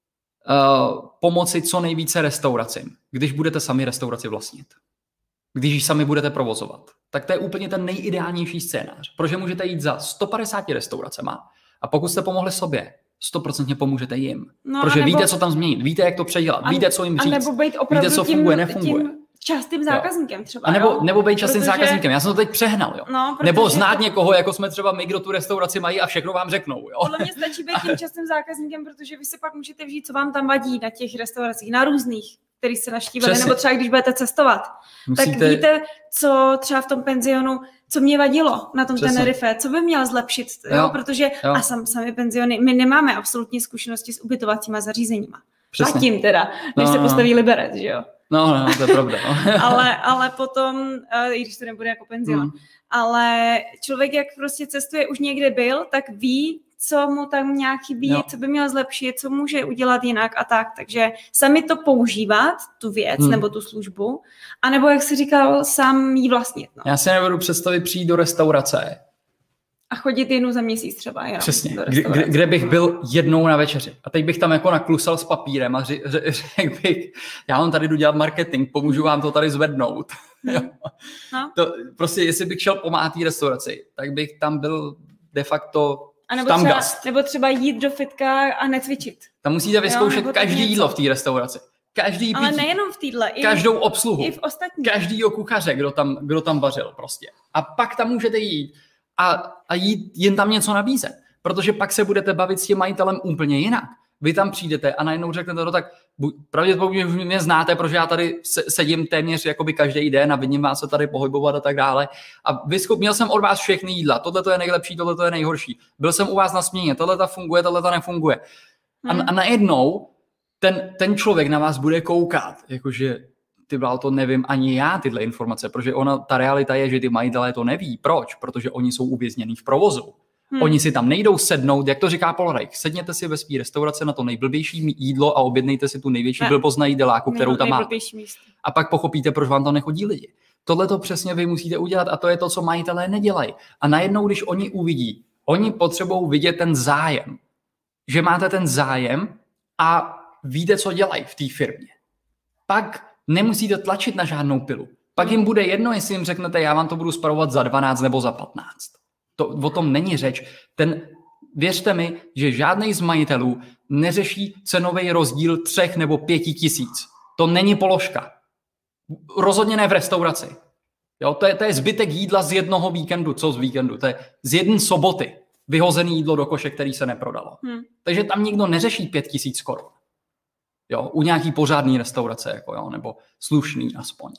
A: uh, pomoci co nejvíce restauracím, když budete sami restauraci vlastnit. Když ji sami budete provozovat. Tak to je úplně ten nejideálnější scénář. Protože můžete jít za sto padesáti restauracema a pokud jste pomohli sobě, sto procent pomůžete jim. No, protože nebo, víte, co tam změnit, víte, jak to předělat, a, víte, co jim říct,
B: a být víte, co
A: funguje, nefunguje.
B: Tím častým zákazníkem třeba,
A: a nebo,
B: jo?
A: nebo být častým protože... zákazníkem, já jsem to teď přehnal, jo.
B: No, protože...
A: Nebo znát někoho, jako jsme třeba my, kdo tu restauraci mají a všechno vám řeknou, jo.
B: Podle mě stačí být tím častým zákazníkem, protože vy se pak můžete vžít, co vám tam vadí na těch restauracích, na různých, který se navštívili, nebo třeba když budete cestovat. Musíte... Tak víte, co třeba v tom penzionu, co mě vadilo na tom Tenerife, co by měl zlepšit, jo? Jo, protože jo. a sam, sami penziony, my nemáme absolutní zkušenosti s ubytovacíma zařízeníma. Přesně. Zatím teda, než no, se postaví Liberec, že jo.
A: No, no, to je pravda. No.
B: ale, ale potom, i když to nebude jako penzion, mm. ale člověk, jak prostě cestuje, už někde byl, tak ví, co mu tam nějak chybí, jo. co by měl zlepšit, co může udělat jinak a tak. Takže sami to používat, tu věc hmm. nebo tu službu, anebo, jak jsi říkal, sám jí vlastnit. No.
A: Já si nebudu představit přijít do restaurace.
B: A chodit jednou za měsíc třeba. Jenom
A: přesně, kde, kde bych byl jednou na večeři. A teď bych tam jako naklusal s papírem a ři, ři, řekl bych, já vám tady jdu dělat marketing, pomůžu vám to tady zvednout. Hmm. no. to, prostě jestli bych šel pomáhat té restauraci, tak bych tam byl de facto
B: a nebo třeba, nebo třeba jít do fitka a necvičit.
A: Tam musíte vyzkoušet jo, každý jídlo v té restauraci. Každý pití.
B: Ale nejenom v týdle.
A: Každou obsluhu.
B: I v ostatní.
A: Každýho kuchaře, kdo tam, kdo tam vařil prostě. A pak tam můžete jít a, a jít jen tam něco nabízet. Protože pak se budete bavit s tím majitelem úplně jinak. Vy tam přijdete a najednou řeknete, no tak pravděpodobně už mě znáte, protože já tady sedím téměř jakoby každý den a vidím vás se tady pohybovat a tak dále. A vyskup, měl jsem od vás všechny jídla, tohle to je nejlepší, tohle to je nejhorší. Byl jsem u vás na směně, tohle to funguje, tohle to nefunguje. A, hmm. a najednou ten, ten člověk na vás bude koukat, jakože ty blál, to nevím ani já tyhle informace, protože ona, ta realita je, že ty majitelé to neví. Proč? Protože oni jsou uvěznění v provozu. Hmm. Oni si tam nejdou sednout, jak to říká Paul Reich, sedněte si ve své restauraci na to nejblbější jídlo a objednejte si tu největší ne. blbost na jídeláku, kterou tam má. A pak pochopíte, proč vám to nechodí lidi. Tohle to přesně vy musíte udělat a to je to, co majitelé nedělají. A najednou, když oni uvidí, oni potřebují vidět ten zájem. Že máte ten zájem a víte, co dělají v té firmě. Pak nemusíte tlačit na žádnou pilu. Pak jim bude jedno, jestli jim řeknete, já vám to budu spravovat za dvanáct nebo za patnáct. To, o tom není řeč. Ten, věřte mi, že žádný z majitelů neřeší cenový rozdíl třech nebo pěti tisíc. To není položka. Rozhodně ne v restauraci. Jo, to, je, to je zbytek jídla z jednoho víkendu. Co z víkendu? To je z jedné soboty vyhozený jídlo do koše, který se neprodalo. Hmm. Takže tam nikdo neřeší pět tisíc korun. Jo, u nějaký pořádný restaurace, jako jo, nebo slušný aspoň.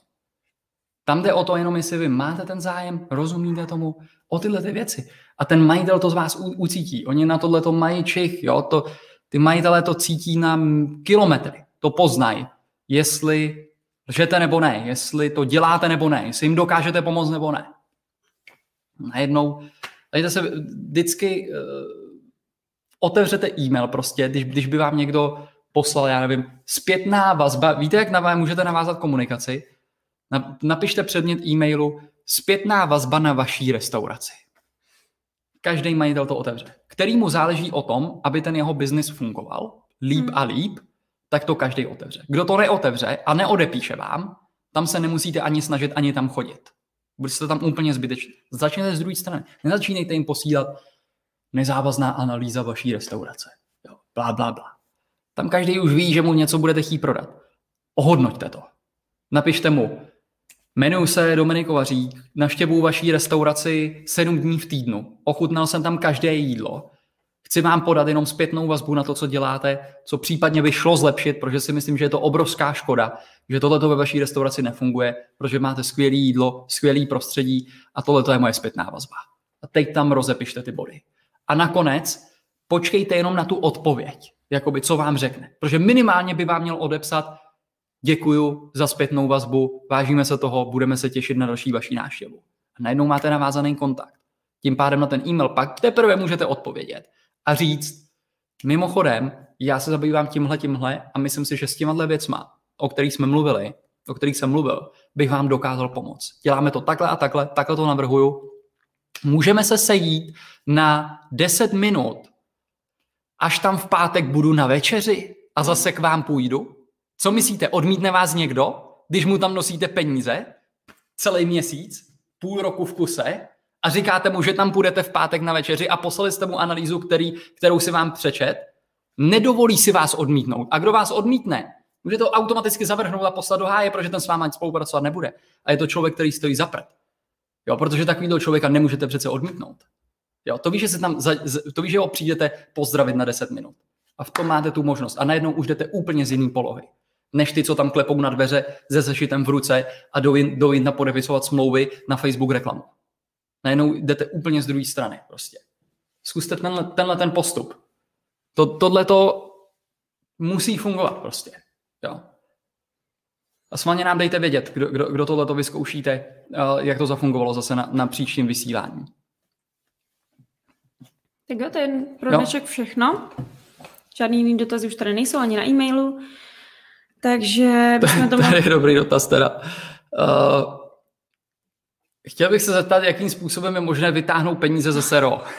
A: Tam jde o to jenom, jestli vy máte ten zájem, rozumíte tomu, o tyhle ty věci. A ten majitel to z vás u, ucítí. Oni na tohle to mají čich, jo, to, ty majitelé to cítí na kilometry. To poznají, jestli lžete nebo ne, jestli to děláte nebo ne, jestli jim dokážete pomoct nebo ne. Najednou, dejte se vždycky, uh, otevřete e-mail prostě, když, když by vám někdo poslal, já nevím, zpětná vazba. Víte, jak na vás můžete navázat komunikaci? Napište předmět e-mailu zpětná vazba na vaší restauraci. Každý majitel to otevře. kterýmu záleží o tom, aby ten jeho biznis fungoval líp hmm. a líp, tak to každý otevře. Kdo to neotevře a neodepíše vám, tam se nemusíte ani snažit, ani tam chodit. Budete tam úplně zbytečně. Začněte z druhé strany. Nezačínejte jim posílat nezávazná analýza vaší restaurace. Jo, blá, blá, blá. Tam každý už ví, že mu něco budete chtít prodat. Ohodnoťte to. Napište mu, jmenuji se Dominik Kovařík, navštěvuji vaší restauraci sedm dní v týdnu. Ochutnal jsem tam každé jídlo. Chci vám podat jenom zpětnou vazbu na to, co děláte, co případně by šlo zlepšit, protože si myslím, že je to obrovská škoda, že tohleto ve vaší restauraci nefunguje, protože máte skvělé jídlo, skvělý prostředí a tohleto je moje zpětná vazba. A teď tam rozepište ty body. A nakonec počkejte jenom na tu odpověď, jakoby co vám řekne. Protože minimálně by vám měl odepsat děkuju za zpětnou vazbu, vážíme se toho, budeme se těšit na další vaší návštěvu. A najednou máte navázaný kontakt. Tím pádem na ten e-mail pak teprve můžete odpovědět a říct, mimochodem, já se zabývám tímhle, tímhle a myslím si, že s těmahle věcma, o kterých jsme mluvili, o kterých jsem mluvil, bych vám dokázal pomoct. Děláme to takhle a takhle, takhle to navrhuju. Můžeme se sejít na deset minut, až tam v pátek budu na večeři a zase k vám půjdu? Co myslíte, odmítne vás někdo, když mu tam nosíte peníze celý měsíc, půl roku v kuse a říkáte mu, že tam půjdete v pátek na večeři a poslali jste mu analýzu, který, kterou si vám přečet? Nedovolí si vás odmítnout. A kdo vás odmítne, může to automaticky zavrhnout a poslat do háje, protože ten s váma spolupracovat nebude. A je to člověk, který stojí za prd. Jo, protože takovýhle člověka nemůžete přece odmítnout. Jo, to víš, že se tam, za, to víš, že ho přijdete pozdravit na deset minut. A v tom máte tu možnost. A najednou už jdete úplně z jiný polohy. Než ty, co tam klepou na dveře se sešitem v ruce a jdou jim podepisovat smlouvy na Facebook reklamu. Najednou jdete úplně z druhé strany prostě. Zkuste tenhle, tenhle ten postup. To, tohle to musí fungovat prostě. Jo. A schválně nám dejte vědět, kdo, kdo, kdo tohleto vyzkoušíte, jak to zafungovalo zase na, na příštím vysílání.
B: Tak jo, to je pro dnešek všechno. Žádný jiný dotazy už tady nejsou, ani na e-mailu. Takže bychom tomu...
A: Tady je dobrý dotaz teda. Uh, chtěl bych se zeptat, jakým způsobem je možné vytáhnout peníze ze S R O.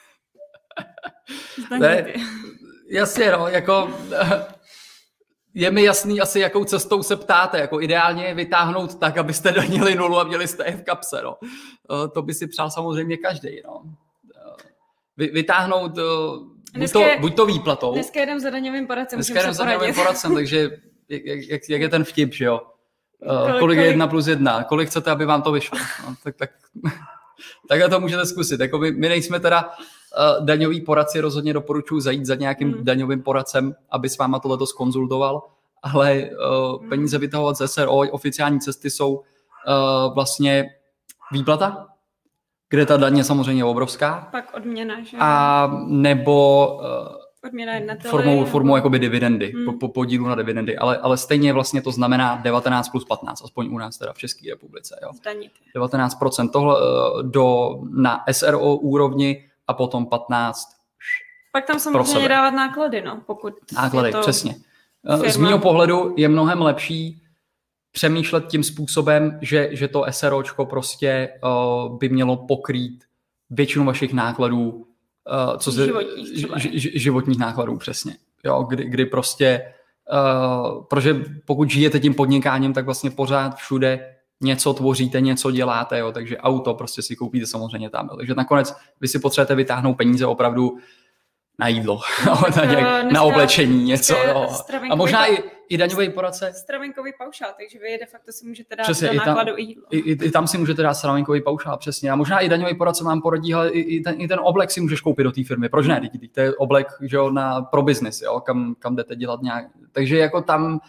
A: Ne, jasně, no, jako... Je mi jasný asi, jakou cestou se ptáte. Jako ideálně je vytáhnout tak, abyste danili nulu a měli jste je v kapse. No. Uh, to by si přál samozřejmě každý. No. Uh, vy, vytáhnout... Uh, buď, to, buď to výplatou.
B: Dneska jedem za daňovým poradcem.
A: Dneska jedem za daňovým poradcem, takže jak, jak, jak je ten vtip, že jo? Uh, kolik je jedna plus jedna? Kolik chcete, aby vám to vyšlo? No, tak, tak, takhle to můžete zkusit. Jako my, my nejsme teda uh, daňový poradci, rozhodně doporučuji zajít za nějakým hmm. daňovým poradcem, aby s váma tohleto zkonzultoval, ale uh, hmm. peníze vytahovat z S R O, oficiální cesty jsou uh, vlastně výplata, kde ta daň je samozřejmě obrovská.
B: Pak odměna, že?
A: A nebo... Uh,
B: Odměna jednatele.
A: Formou, formou jakoby dividendy, hmm. po, po podílu na dividendy, ale, ale stejně vlastně to znamená devatenáct plus patnáct, aspoň u nás teda v České republice. Jo.
B: Zdanit.
A: devatenáct procent tohle do, na S R O úrovni a potom patnáct.
B: Pak tam samozřejmě dávat náklady, no, pokud
A: náklady, přesně. Firma. Z mého pohledu je mnohem lepší přemýšlet tím způsobem, že, že to SROčko prostě uh, by mělo pokrýt většinu vašich nákladů, Uh, co se,
B: životních,
A: ž, ž, životních nákladů, přesně. Jo, kdy, kdy prostě, uh, protože pokud žijete tím podnikáním, tak vlastně pořád všude něco tvoříte, něco děláte, jo, takže auto prostě si koupíte samozřejmě tam. Jo. Takže nakonec vy si potřebujete vytáhnout peníze opravdu na jídlo, na, nějak, na oblečení, něco. Jo. A možná i, i daňový poradce.
B: Stravenkový paušál, takže vy de facto si můžete dát přesně, do nákladu i jídlo.
A: I, i, I tam si můžete dát stravenkový paušál, přesně. A možná i daňový poradce vám poradí, ale i, i, ten, i ten oblek si můžeš koupit do té firmy. Proč ne? To je oblek, že jo, na, pro business, jo, kam, kam jdete dělat nějak. Takže jako tam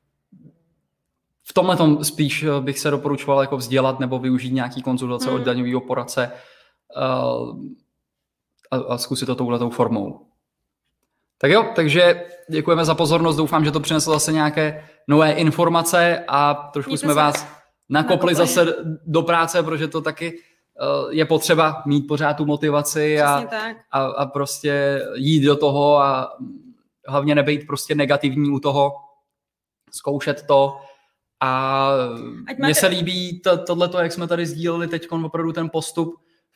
A: v tomhle tom spíš bych se doporučoval jako vzdělat nebo využít nějaký konzultace hmm. od daňového poradce uh, a, a zkusit to touhletou formou. Tak jo, takže děkujeme za pozornost, doufám, že to přineslo zase nějaké nové informace a trošku Mějte jsme vás nakopli zase do práce, protože to taky uh, je potřeba mít pořád tu motivaci a, a, a prostě jít do toho a hlavně nebejt prostě negativní u toho, zkoušet to a mně se líbí to, tohleto, jak jsme tady sdíleli teď opravdu ten postup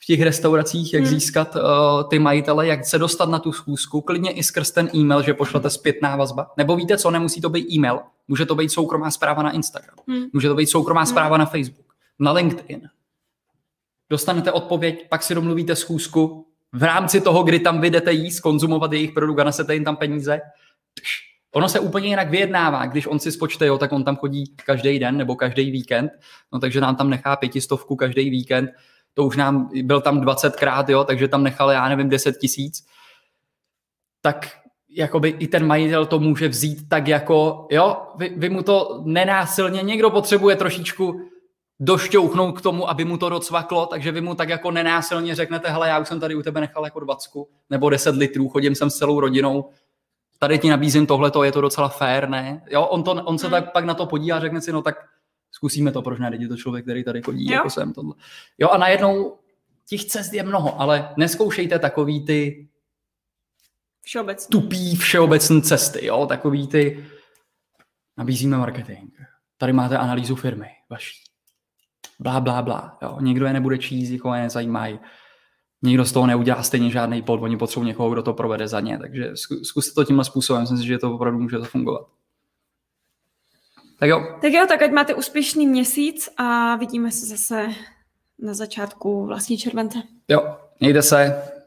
A: v těch restauracích, jak hmm. získat uh, ty majitele, jak se dostat na tu schůzku, klidně i skrz ten e-mail, že pošlete zpětná vazba. Nebo víte co, nemusí to být e-mail, může to být soukromá zpráva na Instagram, hmm. může to být soukromá hmm. zpráva na Facebook, na LinkedIn. Dostanete odpověď, pak si domluvíte schůzku, v rámci toho, kdy tam vydete jíst, konzumovat jejich produkt a nesete jim tam peníze. Ono se úplně jinak vyjednává, když on si spočte, jo, tak on tam chodí každý den nebo každý víkend, no takže nám tam nechá pětistovku každý víkend, to už nám byl tam dvacetkrát, jo, takže tam nechal, já nevím, deset tisíc, tak jakoby i ten majitel to může vzít tak jako, jo, vy, vy mu to nenásilně, někdo potřebuje trošičku došťouchnout k tomu, aby mu to docvaklo, takže vy mu tak jako nenásilně řeknete, hele, já už jsem tady u tebe nechal jako dvacku, nebo deset litrů, chodím sem s celou rodinou, tady ti nabízím tohleto, je to docela fair, ne? Jo, on, to, on se hmm. tak pak na to podívá a řekne si, no tak zkusíme to, proč ne, je to člověk, který tady chodí, jo. jako jsem tohle. Jo, a najednou těch cest je mnoho, ale neskoušejte takový ty
B: všeobecný.
A: tupý všeobecné cesty, jo, takový ty nabízíme marketing, tady máte analýzu firmy vaší, blá, blá, blá, jo, někdo je nebude číst, jako je nezajímají, nikdo z toho neudělá stejně žádný pod, oni potřebují někoho, kdo to provede za ně, takže zkuste to tímhle způsobem, myslím si, že to opravdu může zafungovat. Tak jo.
B: Tak jo, tak ať máte úspěšný měsíc a vidíme se zase na začátku vlastní července.
A: Jo, mějte se.